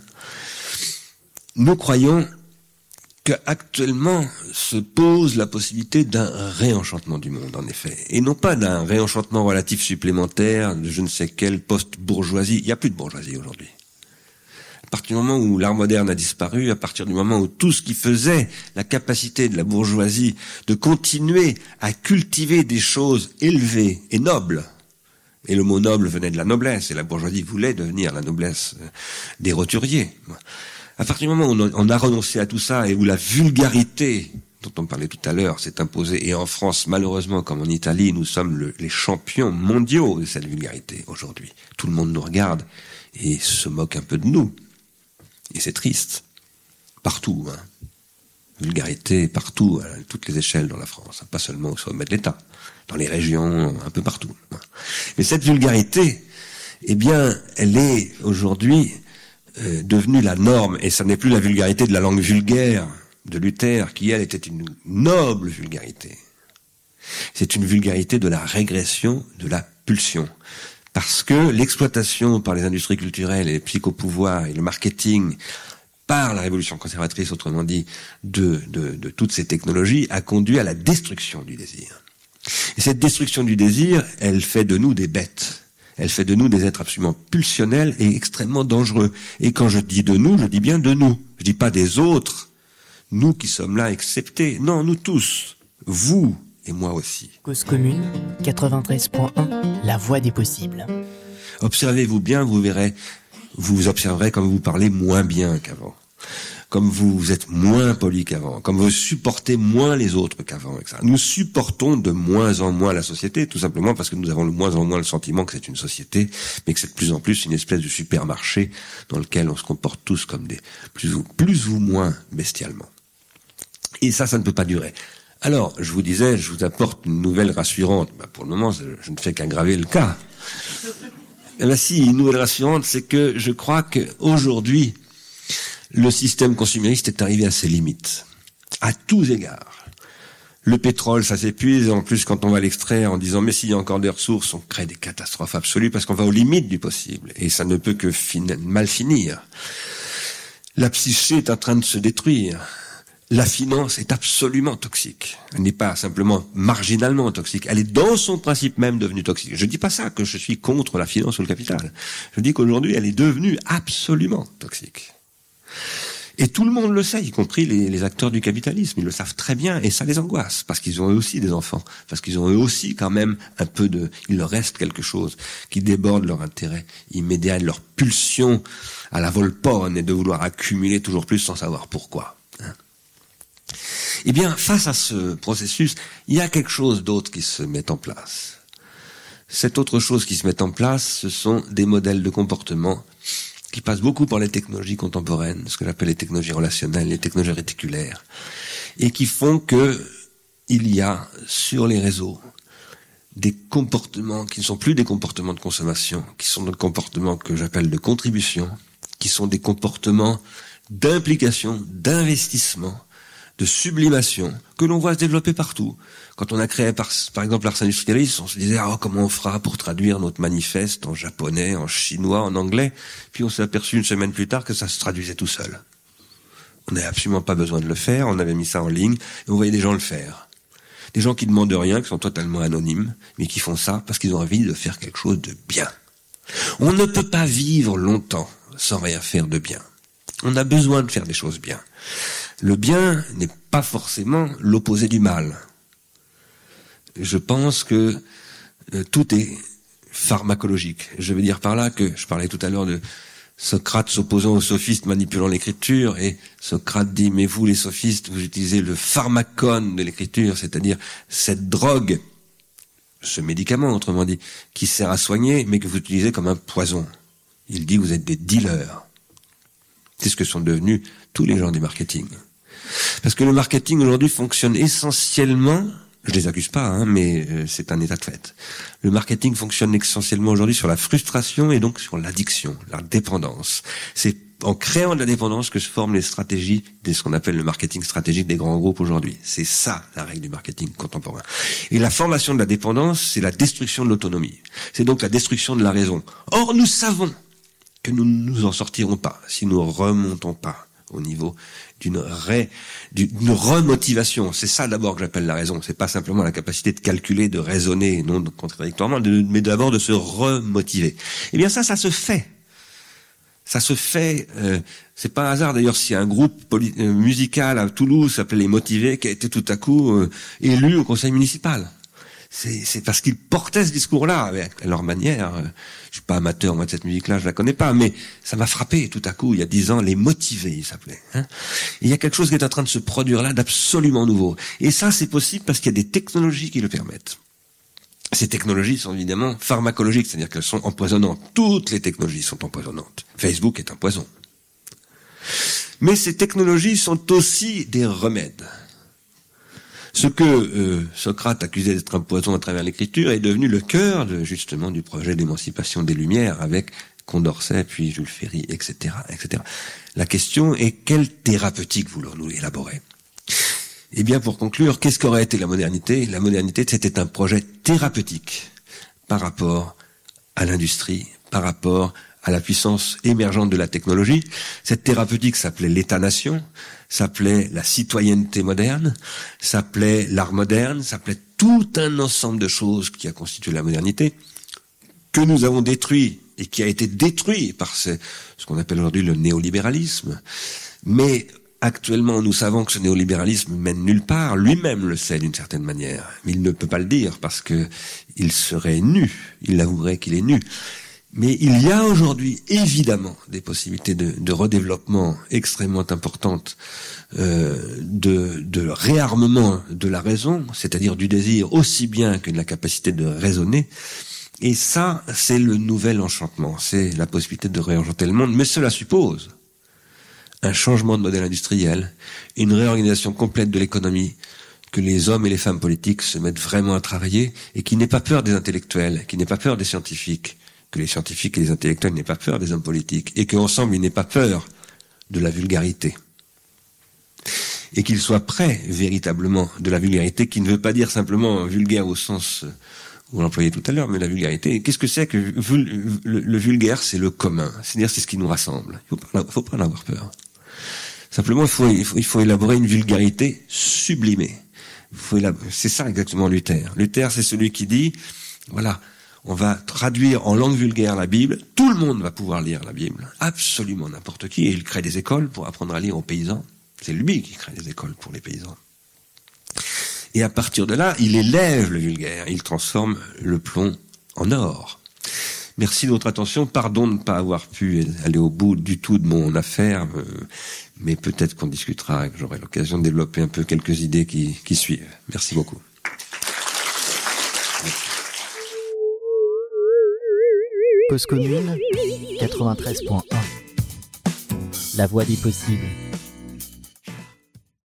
nous croyons qu'actuellement se pose la possibilité d'un réenchantement du monde, en effet. Et non pas d'un réenchantement relatif supplémentaire de je ne sais quelle post-bourgeoisie. Il n'y a plus de bourgeoisie aujourd'hui. À partir du moment où l'art moderne a disparu, à partir du moment où tout ce qui faisait la capacité de la bourgeoisie de continuer à cultiver des choses élevées et nobles, et le mot noble venait de la noblesse, et la bourgeoisie voulait devenir la noblesse des roturiers. À partir du moment où on a renoncé à tout ça et où la vulgarité dont on parlait tout à l'heure s'est imposée, et en France, malheureusement, comme en Italie, nous sommes les champions mondiaux de cette vulgarité aujourd'hui. Tout le monde nous regarde et se moque un peu de nous. Et c'est triste. Partout, hein. Vulgarité partout, à toutes les échelles dans la France, pas seulement au sommet de l'État, dans les régions, un peu partout. Mais cette vulgarité, eh bien, elle est aujourd'hui devenue la norme, et ça n'est plus la vulgarité de la langue vulgaire de Luther, qui elle était une noble vulgarité. C'est une vulgarité de la régression, de la pulsion. Parce que l'exploitation par les industries culturelles et les psychopouvoirs et le marketing par la révolution conservatrice, autrement dit, de toutes ces technologies, a conduit à la destruction du désir. Et cette destruction du désir, elle fait de nous des bêtes. Elle fait de nous des êtres absolument pulsionnels et extrêmement dangereux. Et quand je dis de nous, je dis bien de nous. Je dis pas des autres, nous qui sommes là exceptés. Non, nous tous, vous et moi aussi. Cause commune, 93.1, la voie des possibles. Observez-vous bien, vous verrez, vous vous observerez comme vous parlez moins bien qu'avant. Comme vous êtes moins poli qu'avant, comme vous supportez moins les autres qu'avant. Nous supportons de moins en moins la société, tout simplement parce que nous avons de moins en moins le sentiment que c'est une société, mais que c'est de plus en plus une espèce de supermarché dans lequel on se comporte tous comme des plus ou moins bestialement. Et ça ne peut pas durer. Alors, je vous disais, je vous apporte une nouvelle rassurante. Pour le moment, je ne fais qu'aggraver le cas. Eh bien si, une nouvelle rassurante, c'est que je crois qu'aujourd'hui, le système consumériste est arrivé à ses limites, à tous égards. Le pétrole, ça s'épuise, en plus quand on va l'extraire en disant mais s'il y a encore des ressources, on crée des catastrophes absolues parce qu'on va aux limites du possible, et ça ne peut que mal finir. La psyché est en train de se détruire. La finance est absolument toxique. Elle n'est pas simplement marginalement toxique, elle est dans son principe même devenue toxique. Je dis pas ça que je suis contre la finance ou le capital. Je dis qu'aujourd'hui, elle est devenue absolument toxique. Et tout le monde le sait, y compris les acteurs du capitalisme. Ils le savent très bien et ça les angoisse, parce qu'ils ont eux aussi des enfants, parce qu'ils ont eux aussi quand même il leur reste quelque chose qui déborde leur intérêt immédiat, leur pulsion à la Volpone et de vouloir accumuler toujours plus sans savoir pourquoi. Eh bien, face à ce processus, il y a quelque chose d'autre qui se met en place. Cette autre chose qui se met en place, ce sont des modèles de comportement qui passent beaucoup par les technologies contemporaines, ce que j'appelle les technologies relationnelles, les technologies réticulaires, et qui font que il y a sur les réseaux des comportements qui ne sont plus des comportements de consommation, qui sont des comportements que j'appelle de contribution, qui sont des comportements d'implication, d'investissement, de sublimation, que l'on voit se développer partout. Quand on a créé par exemple Ars Industrialis, on se disait comment on fera pour traduire notre manifeste en japonais, en chinois, en anglais, puis on s'est aperçu une semaine plus tard que ça se traduisait tout seul. On n'avait absolument pas besoin de le faire, on avait mis ça en ligne, et on voyait des gens le faire. Des gens qui demandent rien, qui sont totalement anonymes, mais qui font ça parce qu'ils ont envie de faire quelque chose de bien. On ne peut pas vivre longtemps sans rien faire de bien. On a besoin de faire des choses bien. Le bien n'est pas forcément l'opposé du mal. Je pense que tout est pharmacologique. Je veux dire par là que, je parlais tout à l'heure de Socrate s'opposant aux sophistes manipulant l'écriture, et Socrate dit, mais vous les sophistes, vous utilisez le pharmacone de l'écriture, c'est-à-dire cette drogue, ce médicament autrement dit, qui sert à soigner, mais que vous utilisez comme un poison. Il dit, vous êtes des dealers. C'est ce que sont devenus tous les gens du marketing. Parce que le marketing aujourd'hui fonctionne essentiellement, je les accuse pas, mais c'est un état de fait. Le marketing fonctionne essentiellement aujourd'hui sur la frustration et donc sur l'addiction, la dépendance. C'est en créant de la dépendance que se forment les stratégies de ce qu'on appelle le marketing stratégique des grands groupes aujourd'hui. C'est ça la règle du marketing contemporain. Et la formation de la dépendance, c'est la destruction de l'autonomie. C'est donc la destruction de la raison. Or, nous savons que nous ne nous en sortirons pas si nous remontons pas au niveau d'une remotivation. C'est ça d'abord que j'appelle la raison. C'est pas simplement la capacité de calculer, de raisonner, non contradictoirement, mais d'abord de se remotiver. Eh bien ça se fait. Ça se fait, c'est pas un hasard d'ailleurs si un groupe musical à Toulouse s'appelait Les Motivés qui a été tout à coup élu au conseil municipal. C'est parce qu'ils portaient ce discours-là, avec leur manière. Je suis pas amateur, moi, de cette musique-là, je la connais pas, mais ça m'a frappé tout à coup, il y a 10 ans, Les Motivés, il s'appelait. Il y a quelque chose qui est en train de se produire là, d'absolument nouveau. Et ça, c'est possible parce qu'il y a des technologies qui le permettent. Ces technologies sont évidemment pharmacologiques, c'est-à-dire qu'elles sont empoisonnantes. Toutes les technologies sont empoisonnantes. Facebook est un poison. Mais ces technologies sont aussi des remèdes. Ce que Socrate accusait d'être un poison à travers l'écriture est devenu le cœur justement du projet d'émancipation des Lumières avec Condorcet, puis Jules Ferry, etc., etc. La question est quelle thérapeutique voulons-nous élaborer ? Eh bien, pour conclure, qu'est-ce qu'aurait été la modernité ? La modernité, c'était un projet thérapeutique par rapport à l'industrie, par rapport à la puissance émergente de la technologie. Cette thérapeutique s'appelait l'État-nation, s'appelait la citoyenneté moderne, s'appelait l'art moderne, s'appelait tout un ensemble de choses qui a constitué la modernité, que nous avons détruit et qui a été détruit par ce qu'on appelle aujourd'hui le néolibéralisme. Mais actuellement, nous savons que ce néolibéralisme mène nulle part. Lui-même le sait d'une certaine manière. Mais il ne peut pas le dire parce que il serait nu. Il avouerait qu'il est nu. Mais il y a aujourd'hui évidemment des possibilités de redéveloppement extrêmement importantes, de réarmement de la raison, c'est-à-dire du désir aussi bien que de la capacité de raisonner. Et ça, c'est le nouvel enchantement. C'est la possibilité de réenchanter le monde. Mais cela suppose un changement de modèle industriel, une réorganisation complète de l'économie, que les hommes et les femmes politiques se mettent vraiment à travailler et qui n'aient pas peur des intellectuels, qui n'aient pas peur des scientifiques, que les scientifiques et les intellectuels n'aient pas peur des hommes politiques et qu'ensemble ils n'aient pas peur de la vulgarité. Et qu'ils soient prêts véritablement de la vulgarité qui ne veut pas dire simplement vulgaire au sens où on l'employait tout à l'heure, mais la vulgarité. Qu'est-ce que c'est que le vulgaire? C'est le commun, c'est-à-dire c'est ce qui nous rassemble. Il faut pas en avoir peur. Simplement, il faut élaborer une vulgarité sublimée. C'est ça exactement Luther. Luther, c'est celui qui dit, voilà, on va traduire en langue vulgaire la Bible, tout le monde va pouvoir lire la Bible, absolument n'importe qui, et il crée des écoles pour apprendre à lire aux paysans. C'est lui qui crée des écoles pour les paysans. Et à partir de là, il élève le vulgaire, il transforme le plomb en or. Merci de votre attention, pardon de ne pas avoir pu aller au bout du tout de mon affaire, mais peut-être qu'on discutera, que j'aurai l'occasion de développer un peu quelques idées qui suivent. Merci beaucoup. Cause commune 93.1. La voie des possibles.